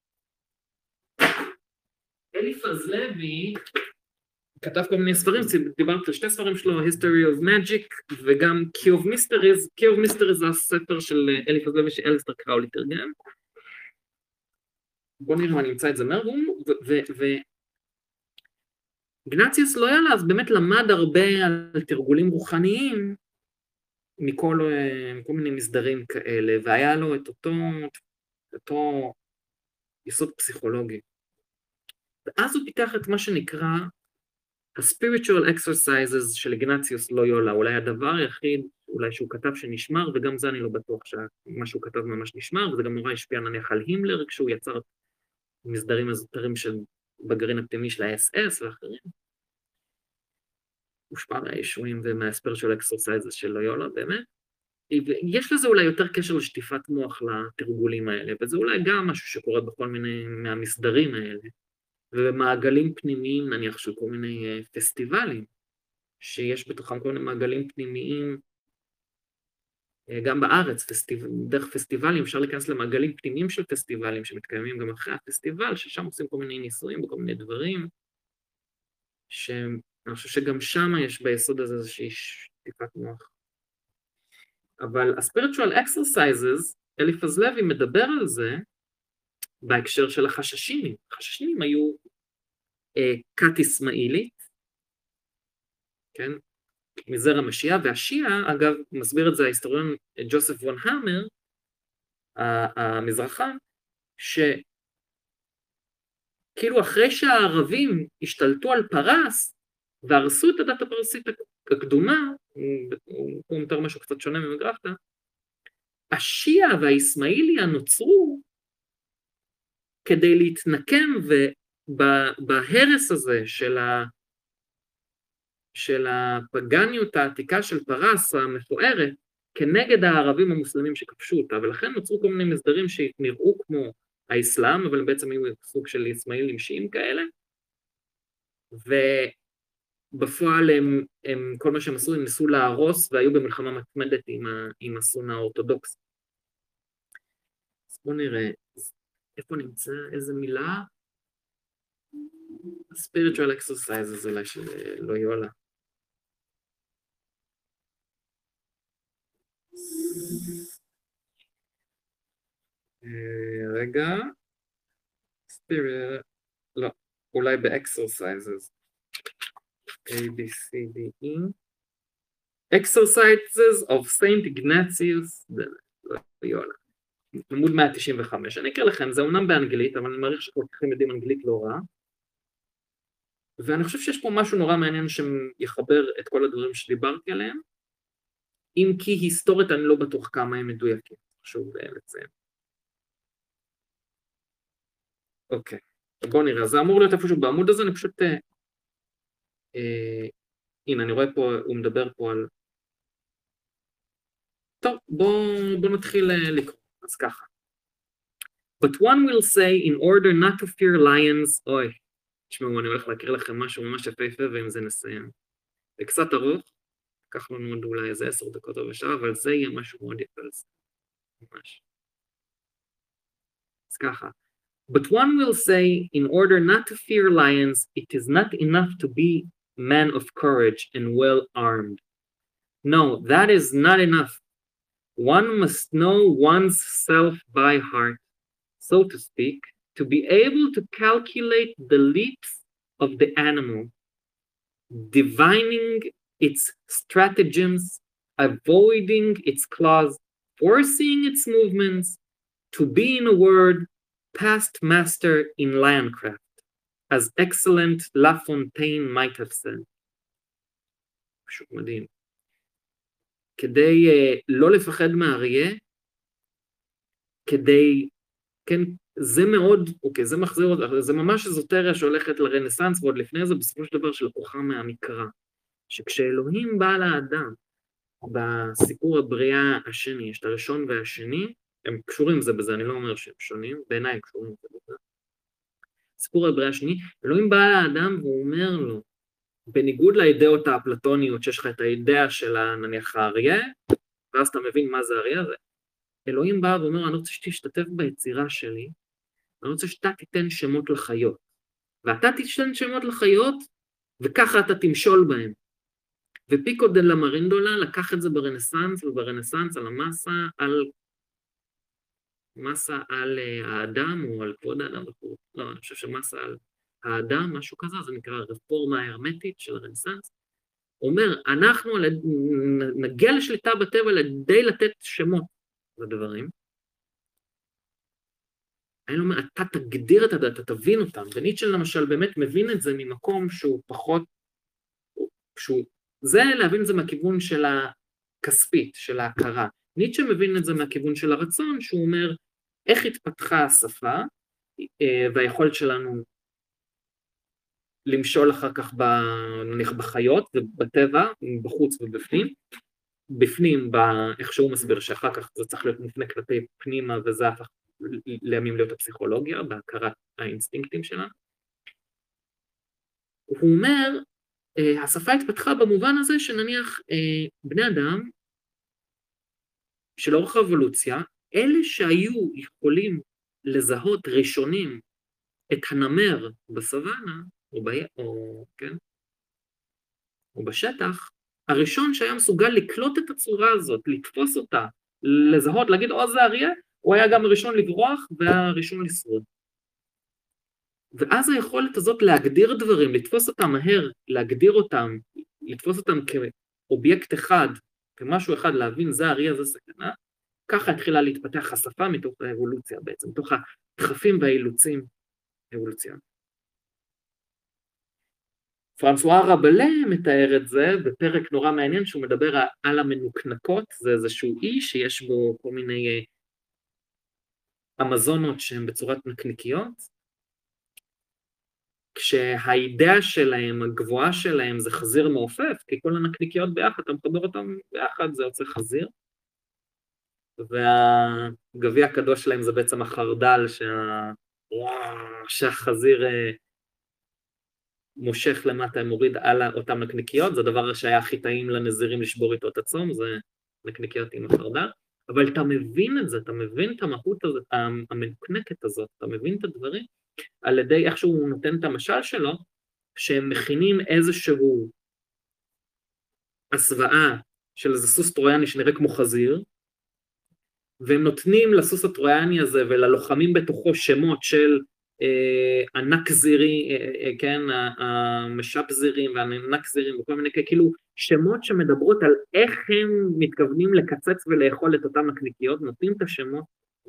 אליפז לוי כתב כל מיני ספרים, דיברתי על שתי ספרים שלו, History of Magic וגם Key of Mysteries. Key of Mysteries זה הספר של אליפז לוי שאלסטר קראולי תרגם. בואו נראה מה נמצא את זה מהרום, ואיגנציוס לויולה אז באמת למד הרבה על תרגולים רוחניים מכל מיני מסדרים כאלה, והיה לו את אותו יסוד פסיכולוגי. ואז הוא פיתח את מה שנקרא ה-spiritual exercises של איגנציוס לויולה, אולי הדבר היחיד, אולי שהוא כתב שנשמר, וגם זה אני לא בטוח שמה שהוא כתב ממש נשמר, וזה גם נורא השפיע נניח על הימלר, כשהוא יצר מסדרים אזוטריים בגרעין הפנימי של ה-SS ואחרים. הושפע מהישועים ומה-spiritual exercises של לויולה, באמת. יש לזה אולי יותר קשר לשטיפת מוח לתרגולים האלה, וזה אולי גם משהו שקורה בכל מיני מהמסדרים האלה, ובמעגלים פנימיים, נניח של כל מיני פסטיבלים, שיש בתוכם כל מיני מעגלים פנימיים, גם בארץ, דרך פסטיבלים, אפשר להיכנס למעגלים פנימיים של פסטיבלים, שמתקיימים גם אחרי הפסטיבל, ששם עושים כל מיני ניסויים וכל מיני דברים, שאני חושב שגם שם יש ביסוד הזה איזושהי שטיפת מוח. אבל ה-spiritual exercises, אליפז לוי מדבר על זה, בהקשר של החששינים. החששינים היו כת אסמאעילית, כן? מזרע המשיעה, והשיעה, אגב, מסביר את זה ההיסטוריון ג'וסף וון המר, המזרחן, שכאילו אחרי שהערבים השתלטו על פרס, והרסו את הדת הפרסית הקדומה, הוא מתאר משהו קצת שונה ממגרפתא, השיעה והאסמאעיליה נוצרו כדי להתנקם בהרס הזה של הפגניות העתיקה של פרס המפוארת, כנגד הערבים המוסלמים שכבשו אותה, ולכן נוצרו כל מיני מסדרים שנראו כמו האסלאם, אבל הם בעצם היו סוג של אסמאעילים שיעים כאלה, ובפועל הם כל מה שהם עשו, הם ניסו להרוס, והיו במלחמה מתמדת עם הסונה האורתודוקס. אז בואו נראה, איפה נמצא, איזה מילה? spiritual exercises אולי של לויולה. רגע, לא, אולי ב-exercises. A, B, C, D, E. Exercises of Saint Ignatius לויולה. עמוד 195. אני אקרא לכם, זה אומנם באנגלית, אבל אני מעריך שכולכם יודעים אנגלית לא רע. ואני חושב שיש פה משהו נורא מעניין שיחבר את כל הדברים שדיברתי עליהם, אם כי היסטורית אני לא בטוח כמה הם מדויקים. חשוב לציין. אוקיי, בואו נראה, זה אמור להיות איפשהו בעמוד הזה, אני פשוט... הנה, אני רואה פה, הוא מדבר פה על... טוב, בואו נתחיל לקרוא, אז ככה. But one will say, in order not to fear lions, אוי, תשמעו, אני הולך להקריא לכם משהו ממש יפהפה, ועם זה נסיים. זה קצת ארוך, לקח לנו עוד אולי איזה 10 דקות או בשעה, אבל זה יהיה משהו מאוד יפה, ממש. אז ככה. But one will say, in order not to fear lions, it is not enough to be man of courage and well-armed. No, that is not enough. One must know one's self by heart, so to speak, to be able to calculate the leaps of the animal, divining its stratagems, avoiding its claws, foreseeing its movements, to be, in a word, past master in landcraft, as excellent La Fontaine might have said. פשוט מדהים. כדי לא לפחד מהאריה, כדי, כן, זה מאוד, אוקיי, זה מחזיר, זה ממש אזוטריה שהולכת לרנסנס, ועוד לפני זה בסופו של דבר שלקוחה מהמקרא, שכשאלוהים בא לאדם, בסיפור הבריאה השני, יש את הראשון והשני, הם קשורים זה בזה, אני לא אומר שהם שונים, בעיניי הם קשורים זה בזה. סיפור הבריאה השני, אלוהים בא לאדם והוא אומר לו, בניגוד לאידאות האפלטוניות, שיש לך את האידאה של נניח האריה, ואז אתה מבין מה זה האריה הזה, אלוהים בא ואומר, אני רוצה שתשתתף ביצירה שלי, אני רוצה שאתה תיתן שמות לחיות, ואתה תיתן שמות לחיות, וככה אתה תמשול בהם. ופיקו דה למרינדולה לקח את זה ברנסנס, וברנסנס על המסה, מסה על האדם, או על כבוד האדם, לא, אני חושב שמסה על האדם, משהו כזה, זה נקרא רפורמה ההרמטית של הרנסנס, אומר, אנחנו נגיע לשליטה בטבע כדי לתת שמות לדברים, אני אומר, אתה תגדיר את הדת, אתה תבין אותם, וניטשה למשל באמת מבין את זה ממקום שהוא פחות, זה להבין את זה מהכיוון של הכספית, של ההכרה, ניטשה מבין את זה מהכיוון של הרצון, שהוא אומר, איך התפתחה השפה, והיכולת שלנו למשול אחר כך נניח בחיות ובטבע, בחוץ ובפנים, בפנים, איך שהוא מסביר שאחר כך זה צריך להיות מופנה כלפי פנימה, וזה הפך לימים להיות הפסיכולוגיה, בהכרת האינסטינקטים שלנו. הוא אומר, השפה התפתחה במובן הזה שנניח בני אדם, שלאורך האבולוציה, אלה שהיו יכולים לזהות ראשונים את הנמר בסוואנה, או בשטח, הראשון שהיה מסוגל לקלוט את הצורה הזאת, לתפוס אותה, לזהות, להגיד, זה אריה, הוא היה גם הראשון לברוח והראשון לשרוד. ואז היכולת הזאת להגדיר דברים, לתפוס אותם מהר, להגדיר אותם, לתפוס אותם כאובייקט אחד, כמשהו אחד, להבין זה אריה, זה סכנה, ככה התחילה להתפתח השפה מתוך האבולוציה בעצם, מתוך הדחפים והאילוצים האבולוציוניים. פרנסואה רבלה מתאר את זה בפרק נורא מעניין שהוא מדבר על המנוקנקות, זה איזשהו אי שיש בו כל מיני אמזונות שהן בצורת נקניקיות, כשהאידאה שלהם, הגבוהה שלהם זה חזיר מעופף, כי כל הנקניקיות ביחד, אתה מחבר אותם ביחד, זה יוצא חזיר. והגביע הקדוש שלהם זה בעצם החרדל שהחזיר מושך למטה, מוריד על אותם נקניקיות, זה הדבר שהיה הכי טעים לנזירים לשבור איתו את הצום, זה נקניקיות עם החרדל, אבל אתה מבין את זה, אתה מבין את המהות הזאת, המנוקנקת הזאת, אתה מבין את הדברים, על ידי איך שהוא נותן את המשל שלו, שהם מכינים איזשהו הסוואה של איזה סוס טרויאני שנראה כמו חזיר, והם נותנים לסוס הטרויאני הזה וללוחמים בתוכו שמות של ענק זירי, כן, המשאפ זירים והענק זירים וכל מיני כאילו שמות שמדברות על איך הם מתכוונים לקצץ ולאכול את אותם נקניקיות, נותנים את השמות,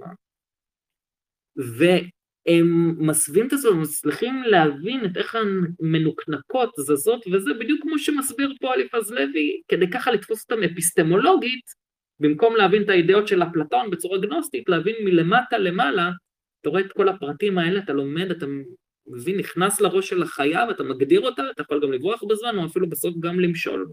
והם מסווים את זה ומצליחים להבין את איך המנוקנקות זזות, וזה בדיוק כמו שמסביר פה אליפז לוי, כדי ככה לתפוס אותם אפיסטמולוגית, במקום להבין את האידאות של אפלטון בצורה גנוסטית, להבין מלמטה למעלה, אתה רואה את כל הפרטים האלה, אתה לומד, אתה מבין, נכנס לראש של החיה, ואתה מגדיר אותה, אתה יכול גם לברוח בזמן, או אפילו בסוף גם למשול.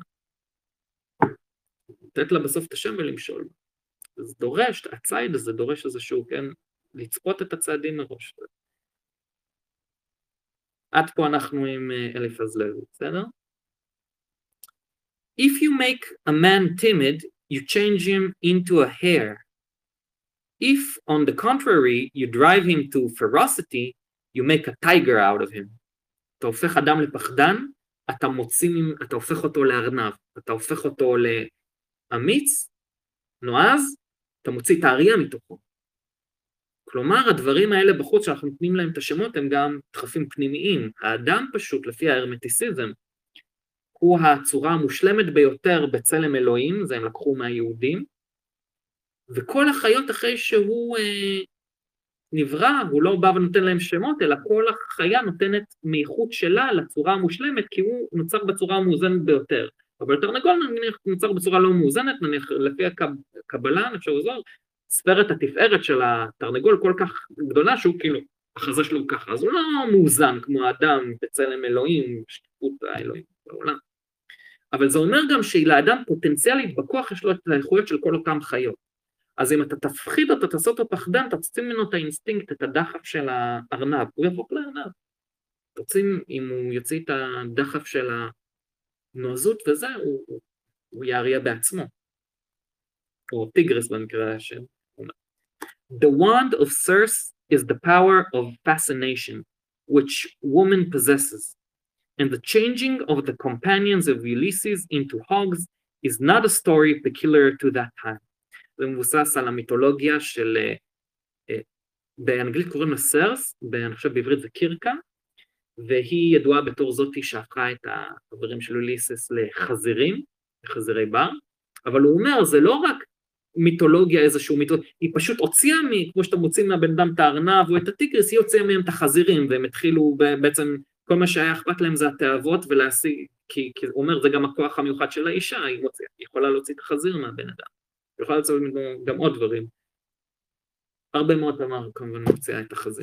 לתת לה בסוף את השם ולמשול. זה דורש, הצייד הזה דורש איזשהו, כן, לצפות את הצעדים מראש. עד פה אנחנו עם אליפז לוי, בסדר? If you make a man timid, you change him into a hare. If, on the contrary, you drive him to ferocity, you make a tiger out of him. אתה הופך אדם לפחדן, אתה הופך אותו לארנב, אתה הופך אותו לאמיץ, נועז, אתה מוציא את האריה מתוכו. כלומר, הדברים האלה בחוץ שאנחנו נותנים להם את השמות, הם גם דחפים פנימיים. האדם פשוט, לפי ההרמטיסיזם, הוא הצורה המושלמת ביותר בצלם אלוהים, זה הם לקחו מהיהודים, וכל החיות אחרי שהוא נברא, הוא לא בא ונותן להם שמות, אלא כל החיה נותנת מייחוד שלה לצורה המושלמת, כי הוא נוצר בצורה המאוזנת ביותר. אבל תרנגול נניח נוצר בצורה לא מאוזנת, נניח לפי הקבלה, נפשר לזור, ספרת התפארת של התרנגול כל כך גדולה, שהוא כאילו, החזה שלו ככה, אז הוא לא מאוזן כמו האדם בצלם אלוהים, שקיפות האלוהים בעולם. אבל זה אומר גם שלאדם פוטנציאלית בכוח יש לו את האיכויות של כל אותם חיות. אז אם אתה תפחיד אותו, תעשה אותו פחדן, תוציא ממנו את האינסטינקט, את הדחף של הארנב, הוא יבוא לארנב. תוצאים, אם הוא יוציא את הדחף של הנועזות וזה, הוא יאריה בעצמו. או טיגרס במקרה השם. The wand of Circe is the power of fascination, which woman possesses. And the changing of the companions of Ulysses into hogs is not a story peculiar to that time. זה מבוסס על המיתולוגיה של, באנגלית קוראים לה סרס, אני חושב בעברית זה קירקה, והיא ידועה בתור זאתי שהפכה את החברים של אוליסס לחזירים, לחזירי בר, אבל הוא אומר, זה לא רק מיתולוגיה איזשהו מיתולוגיה, היא פשוט הוציאה כמו שאתה מוציא מהבן אדם את הארנב או את הטיגריס, היא הוציאה מהם את החזירים, והם התחילו בעצם, כל מה שהיה אכפת להם זה התאוות ולהשיג, כי הוא אומר, זה גם הכוח המיוחד של האישה, היא יכולה להוציא את החזיר מהבן אדם. יכול להיות גם עוד דברים. הרבה מאוד אמר, כמובן, מוציאה את החזיר.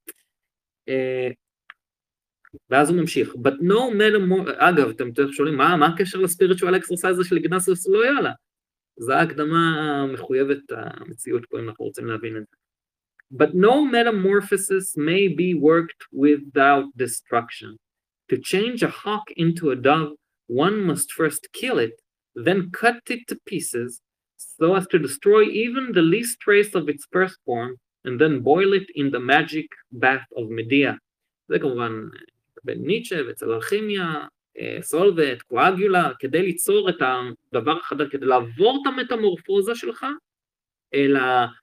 ואז הוא ממשיך. But no matter, אגב, אתם שואלים, מה הקשר לספיריטואל אקסרסייז של איגנסיוס לויאלה? זו ההקדמה המחויבת המציאות פה, אם אנחנו רוצים להבין את זה. But no metamorphosis may be worked without destruction. To change a hawk into a dove, one must first kill it, then cut it to pieces, so as to destroy even the least trace of its first form, and then boil it in the magic bath of Medea. זה כמובן בניטשה ואצל אלכימיה, סולבט, קואגולה, כדי ליצור את הדבר החדש, כדי לעבור את המטמורפוזה שלך, אל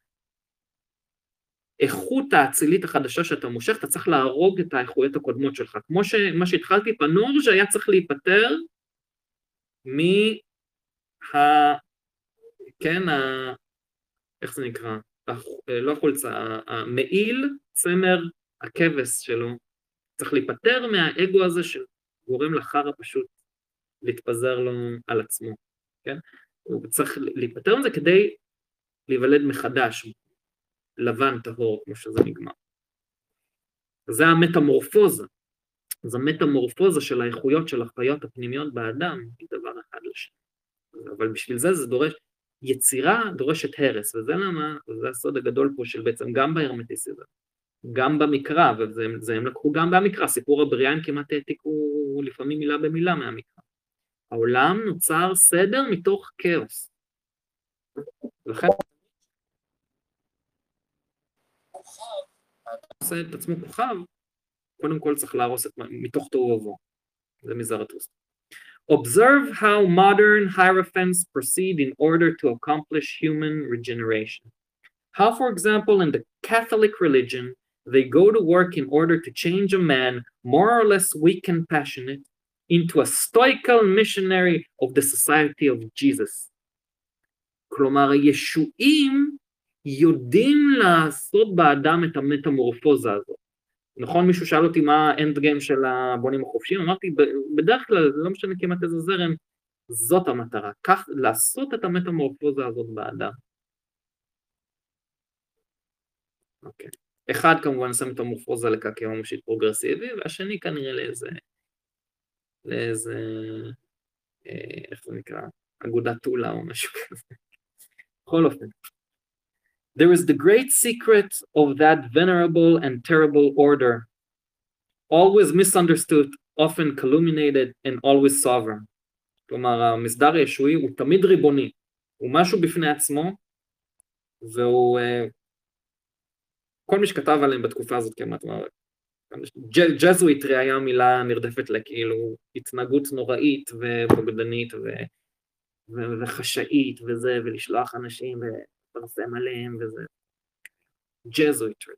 האיכות האצילית החדשה שאתה מושך, אתה צריך להרוג את האיכויות הקודמות שלך. כמו מה שהתחלתי, פנורג' היה צריך להיפטר כן, איך זה נקרא? לא החולצה, המעיל, צמר, הכבש שלו, צריך להיפטר מהאגו הזה שגורם לחרא פשוט להתפזר לו על עצמו, כן? הוא צריך להיפטר מזה כדי להיוולד מחדש, לבן טהור, כמו שזה נגמר. זה המטמורפוזה. זו המטמורפוזה של האיכויות של החיות הפנימיות באדם, היא דבר אחד לשני. אבל בשביל זה דורש, יצירה דורשת הרס, וזה למה, וזה הסוד הגדול פה של בעצם גם בהרמטיסיזם, גם במקרא, וזה הם לקחו גם במקרא, סיפור הבריאה הם כמעט העתיקו לפעמים מילה במילה מהמקרא. העולם נוצר סדר מתוך כאוס. ולכן עושה את עצמו כוכב, קודם כל צריך להרוס מתוך תוהו ובוהו. זה מזרטוסטרה. Observe how modern hierophants proceed in order to accomplish human regeneration. How, for example, in the Catholic religion, they go to work in order to change a man more or less weak and passionate into a stoical missionary of the Society of Jesus. כלומר, הישועים יודעים לעשות באדם את המטמורפוזה הזאת. נכון, מישהו שאל אותי מה האנד גיים של הבונים החופשיים, אמרתי, בדרך כלל, לא משנה כמעט איזה זרם, זאת המטרה, כך לעשות את המטמורפוזה הזאת באדם. אוקיי. אחד כמובן שם מטמורפוזה לקעקע ממשית פרוגרסיבי, והשני כנראה לאיזה, איך זה נקרא, אגודת טולה או משהו כזה. בכל אופן. There is the great secret of that venerable and terrible order, always misunderstood, often calumniated, and always sovereign. כלומר, המסדר הישועי הוא תמיד ריבוני, הוא משהו בפני עצמו, והוא, כל מי שכתב עליהם בתקופה הזאת כמעט, ג'זוויטרי היה מילה נרדפת לכאילו התנהגות נוראית ובוגדנית וחשאית וזה, ולשלוח אנשים פרסם עליהם וזה. Jesuitry.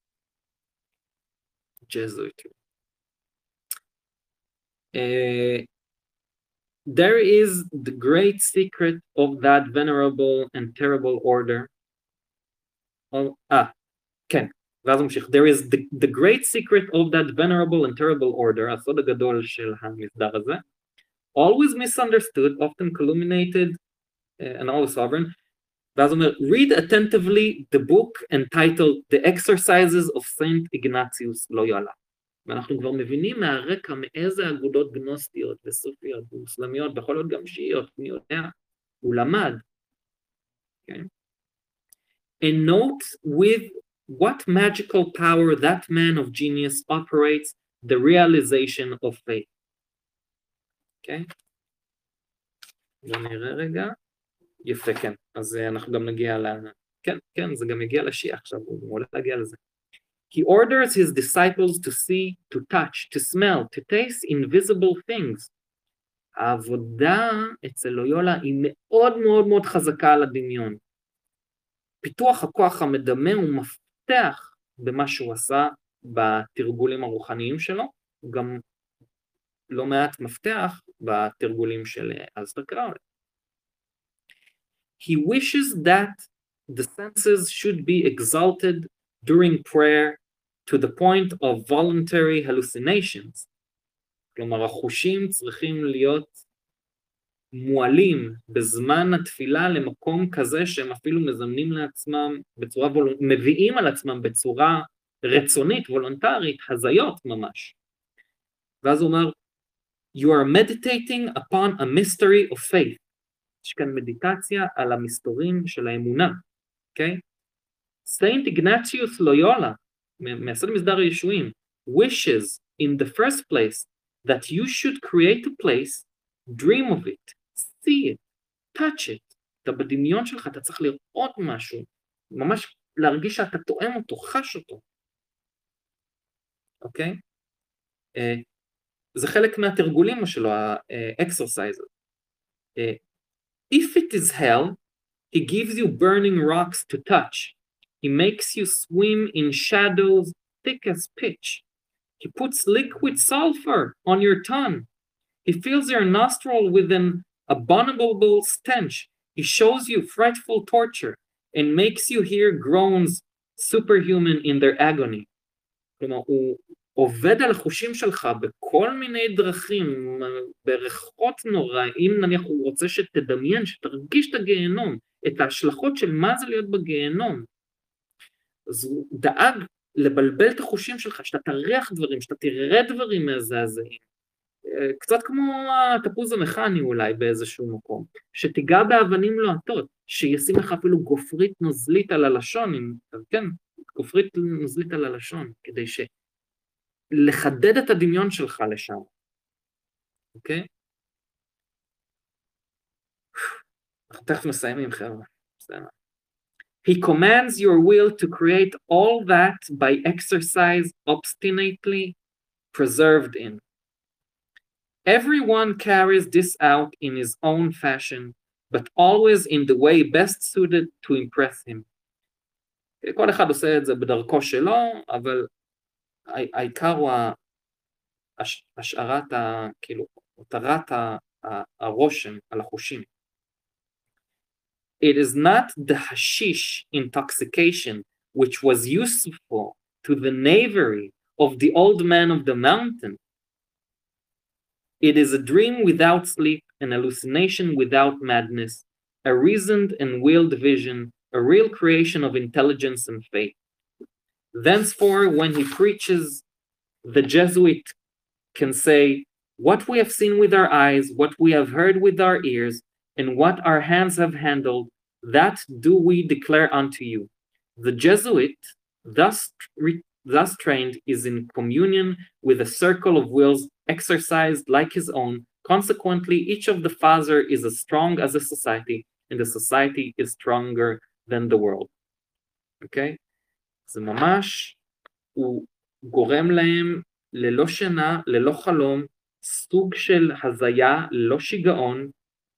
There is the great secret of that venerable and terrible order. כן, ואז ממשיך. There is the great secret of that venerable and terrible order, הסוד הגדול של המסדר הזה. Always misunderstood, often calumniated, and always sovereign. ואז אומר, read attentively the book entitled The Exercises of Saint Ignatius Loyola. ואנחנו כבר מבינים מהרקע מאיזה אגודות גנוסטיות וסופיות ומוסלמיות, בכל זאת גם שיעיות, מי יודע, הוא למד. Okay. And note with what magical power that man of genius operates the realization of faith. Okay. בוא נראה רגע. יפה, כן. אז אנחנו גם נגיע כן, זה גם יגיע לשיעה עכשיו, הוא הולך להגיע לזה. He orders his disciples to see, to touch, to smell, to taste invisible things. העבודה אצל לויולה היא מאוד מאוד מאוד חזקה על הדמיון. פיתוח הכוח המדמה הוא מפתח במה שהוא עשה בתרגולים הרוחניים שלו, הוא גם לא מעט מפתח בתרגולים של אלסטר קראולי. He wishes that the senses should be exalted during prayer to the point of voluntary hallucinations. כלומר, החושים צריכים להיות מועלים בזמן התפילה למקום כזה שהם אפילו מזמנים לעצמם בצורה, מביאים על עצמם בצורה רצונית, וולונטרית, הזיות ממש. ואז הוא אומר, you are meditating upon a mystery of faith. יש כאן מדיטציה על המסתורים של האמונה, אוקיי? Saint Ignatius Loyola, מייסד מסדר הישועים, wishes in the first place that you should create a place, dream of it, see it, touch it. אתה בדמיון שלך, אתה צריך לראות משהו, ממש להרגיש שאתה תואם אותו, חש אותו. אוקיי? זה חלק מהתרגולים שלו, ה-exercises. If it is hell, he gives you burning rocks to touch. He makes you swim in shadows thick as pitch. He puts liquid sulfur on your tongue. He fills your nostril with an abominable stench. He shows you frightful torture and makes you hear groans superhuman in their agony. כלומר, הוא עובד על החושים שלך בכל מיני דרכים, בריחות נורא, אם נניח הוא רוצה שתדמיין, שתרגיש את הגיהנום, את ההשלכות של מה זה להיות בגיהנום. אז הוא דאג לבלבל את החושים שלך, שאתה תריח דברים, שאתה תראה דברים מזעזעים. קצת כמו התפוז המכני אולי באיזשהו מקום, שתיגע באבנים לוהטות, שישים לך אפילו גופרית נוזלית על הלשון, כן, גופרית נוזלית על הלשון, כדי לחדד את הדמיון שלך לשם, אוקיי? אנחנו תכף מסיימים, חבר'ה. He commands your will to create all that by exercise obstinately preserved in. Everyone carries this out in his own fashion, but always in the way best suited to impress him. כל אחד עושה את זה בדרכו שלו, אבל העיקר הוא השארת, כאילו, הותרת הרושם על החושים. It is not the hashish intoxication which was useful to the knavery of the old man of the mountain. It is a dream without sleep, an hallucination without madness, a reasoned and willed vision, a real creation of intelligence and faith. Thenceforth, when he preaches, the Jesuit can say, what we have seen with our eyes, what we have heard with our ears, and what our hands have handled, that do we declare unto you. The Jesuit, thus trained, is in communion with a circle of wills exercised like his own. Consequently, each of the father is as strong as a society, and the society is stronger than the world. Okay? זה ממש, הוא גורם להם ללא שינה, ללא חלום, סוג של הזיה, ללא שיגעון,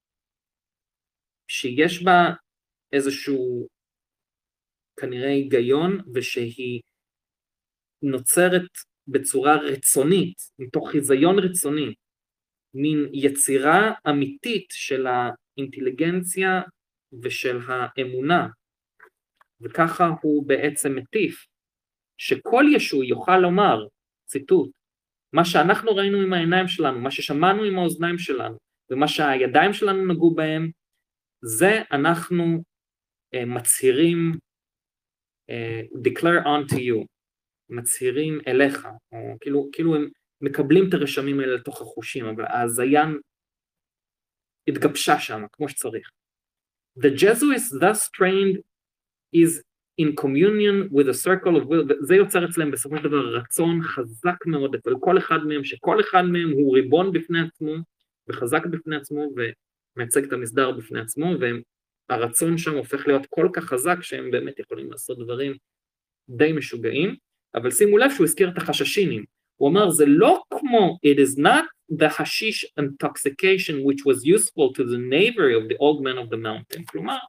שיש בה איזשהו כנראה היגיון, ושהיא נוצרת בצורה רצונית, מתוך חיזיון רצוני, מין יצירה אמיתית של האינטליגנציה ושל האמונה, וככה הוא בעצם מטיף, שכל ישוע יוכל לומר, ציטוט, מה שאנחנו ראינו עם העיניים שלנו, מה ששמענו עם האוזניים שלנו, ומה שהידיים שלנו נגעו בהם, זה אנחנו מצהירים, declare unto you, מצהירים אליך, או כאילו הם מקבלים את הרשמים האלה לתוך החושים, אבל הזיין התגבשה שם, כמו שצריך. The Jesuits thus trained is in communion with a circle of will, וזה יוצר אצלם בסופו של דבר רצון חזק מאוד, אצל כל אחד מהם, שכל אחד מהם הוא ריבון בפני עצמו, וחזק בפני עצמו, ומייצג את המסדר בפני עצמו, והרצון שם הופך להיות כל כך חזק, שהם באמת יכולים לעשות דברים די משוגעים, אבל שימו לב שהוא הזכיר את החששינים, הוא אמר, זה לא כמו, it is not the hashish intoxication which was useful to the knavery of the old man of the mountain, כלומר,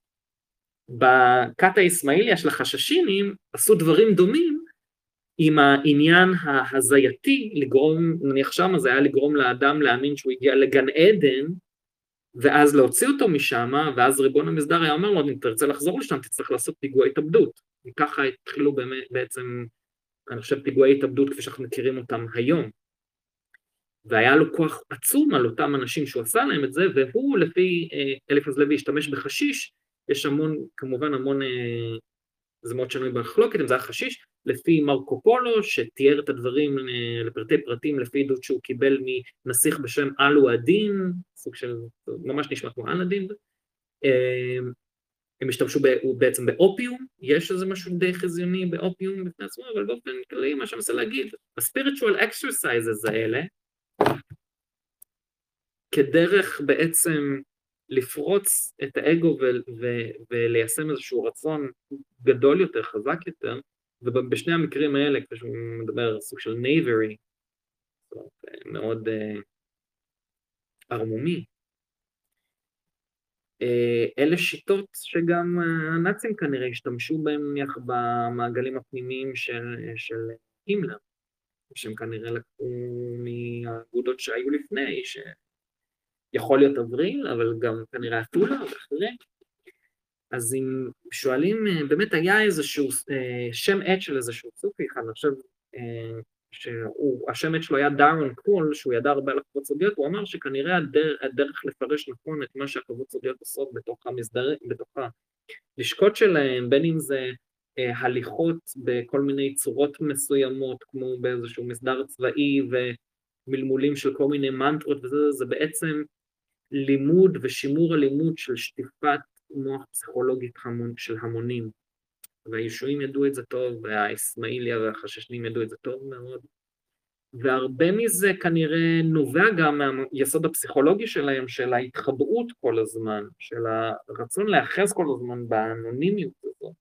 בקטע האסמאעיליה של החששינים, עשו דברים דומים, עם העניין ההזייתי, לגרום, נניח שם, זה היה לגרום לאדם להאמין שהוא הגיע לגן עדן, ואז להוציא אותו משם, ואז ריבון המסדר היה אומר לו, אם תרצה לחזור לשם, תצטרך לעשות פיגועי התאבדות. וככה התחילו בעצם, אני חושב, פיגועי התאבדות כפי שאנחנו מכירים אותם היום. והיה לו כוח עצום על אותם אנשים שהוא עשה להם את זה, והוא לפי אליפז לוי השתמש בחשיש, יש המון, כמובן המון, זה מאוד שנוי במחלוקת, אם זה היה חשיש, לפי מרקו פולו, שתיאר את הדברים לפרטי פרטים, לפי עדות שהוא קיבל מנסיך בשם אלו-הדין, סוג של, ממש נשמע כמו אלו-הדין, הם השתמשו בעצם באופיום, יש איזה משהו די חזיוני באופיום בפני עצמו, אבל באופן כללי, מה שאני מנסה להגיד, ה-spiritual exercises האלה, כדרך בעצם לפרוץ את האגו וליישם איזשהו רצון גדול יותר, חזק יותר, ובשני המקרים האלה, כפי שהוא מדבר, סוג של knavery, מאוד ערמומי, אלה שיטות שגם הנאצים כנראה השתמשו בהם נניח במעגלים הפנימיים של הימלר, שהם כנראה לקחו מהאגודות שהיו לפני, שיכול להיות אבריל, אבל גם כנראה אתולה ואחרים. אז אם שואלים, באמת היה איזשהו שם עט של איזשהו סופי אחד, אני חושב שהשם עט שלו היה דארון קול, שהוא ידע הרבה על הקבוצות סודיות, הוא אמר שכנראה הדרך לפרש נכון את מה שהקבוצות סודיות עושות בתוך המסדר, בתוך הלשכות שלהם, בין אם זה הליכות בכל מיני צורות מסוימות, כמו באיזשהו מסדר צבאי, מלמולים של כל מיני מנטרות וזה, זה בעצם לימוד ושימור הלימוד של שטיפת מוח פסיכולוגית של המונים. והישועים ידעו את זה טוב, והאסמאעיליה והחששנים ידעו את זה טוב מאוד. והרבה מזה כנראה נובע גם מהיסוד הפסיכולוגי שלהם, של ההתחבאות כל הזמן, של הרצון להיאחז כל הזמן באנונימיות הזאת.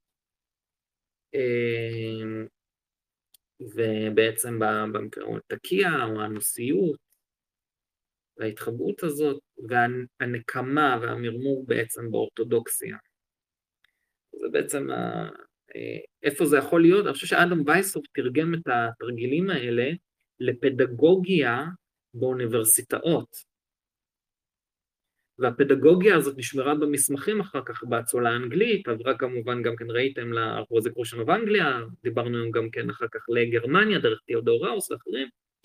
ובעצם במקרה או התקיע או הנושיות, וההתחבאות הזאת, והנקמה והמרמור בעצם באורתודוקסיה. זה בעצם איפה זה יכול להיות? אני חושב שאדם וייסהוף תרגם את התרגילים האלה לפדגוגיה באוניברסיטאות. והפדגוגיה הזאת נשמרה במסמכים אחר כך באצולה האנגלית, עברה כמובן גם כן ראיתם ל-Rosicrucian of Anglia, דיברנו גם כן אחר כך לגרמניה, דרך תיאודור ראוס ואחרים.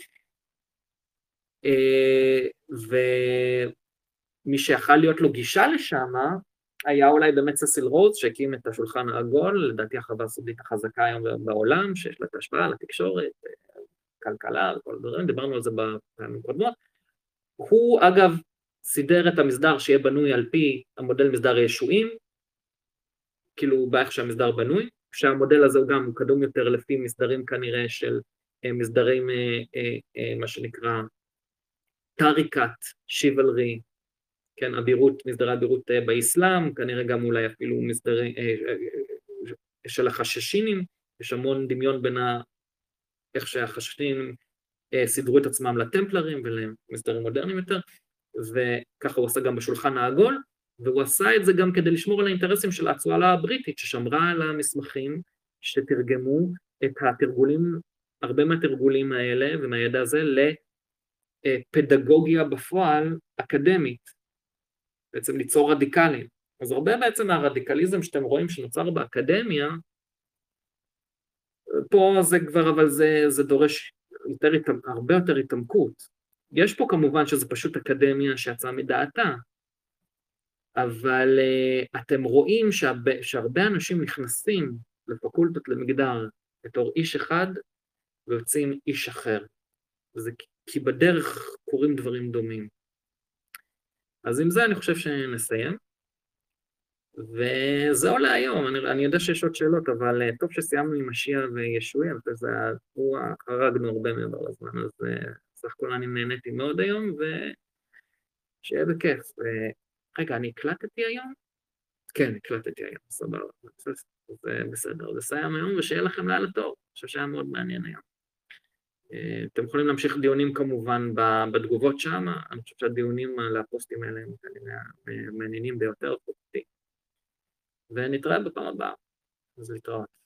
ומי שיכל להיות לו גישה לשם, היה אולי באמת ססיל רודס, שהקים את השולחן העגול, לדעתי החווה הסודית החזקה היום בעולם, שיש לה את ההשפעה לתקשורת, כלכלה וכל הדברים, דיברנו על זה בפעמים קודמות. הוא אגב סידר את המסדר שיהיה בנוי על פי המודל מסדר הישועים, כאילו באיך שהמסדר בנוי, שהמודל הזה הוא גם קדום יותר לפי מסדרים כנראה של מסדרים, מה שנקרא, טריקת, שיבלרי, כן, מסדרי אבירות באסלאם, כנראה גם אולי אפילו מסדרי של החששינים, יש המון דמיון בין איך שהחששינים סידרו את עצמם לטמפלרים ולמסדרים מודרניים יותר, וככה הוא עשה גם בשולחן העגול, והוא עשה את זה גם כדי לשמור על האינטרסים של האצולה הבריטית, ששמרה על המסמכים שתרגמו את התרגולים, הרבה מהתרגולים האלה ומהידע הזה לפדגוגיה בפועל אקדמית, בעצם ליצור רדיקלים. אז הרבה בעצם מהרדיקליזם שאתם רואים שנוצר באקדמיה, פה זה כבר, אבל זה דורש הרבה יותר התעמקות. יש פה כמובן שזה פשוט אקדמיה שיצאה מדעתה, אבל אתם רואים שהרבה אנשים נכנסים לפקולטות למגדר בתור איש אחד, ויוצאים איש אחר. זה כי בדרך קורים דברים דומים. אז עם זה אני חושב שנסיים. וזהו להיום, אני יודע שיש עוד שאלות, אבל טוב שסיימנו עם משיח וישועיה, חרגנו הרבה מעבר לזמן, אז סך הכל אני נהניתי מאוד היום, ושיהיה בכיף. רגע, אני הקלטתי היום? כן, הקלטתי היום, סבבה. זה בסדר, זה סיים היום, ושיהיה לכם לילה טוב. אני חושב שהיה מאוד מעניין היום. אתם יכולים להמשיך דיונים כמובן בתגובות שם, אני חושב שהדיונים על הפוסטים האלה הם כנראה מעניינים ביותר, ונתראה בפעם הבאה. אז להתראות.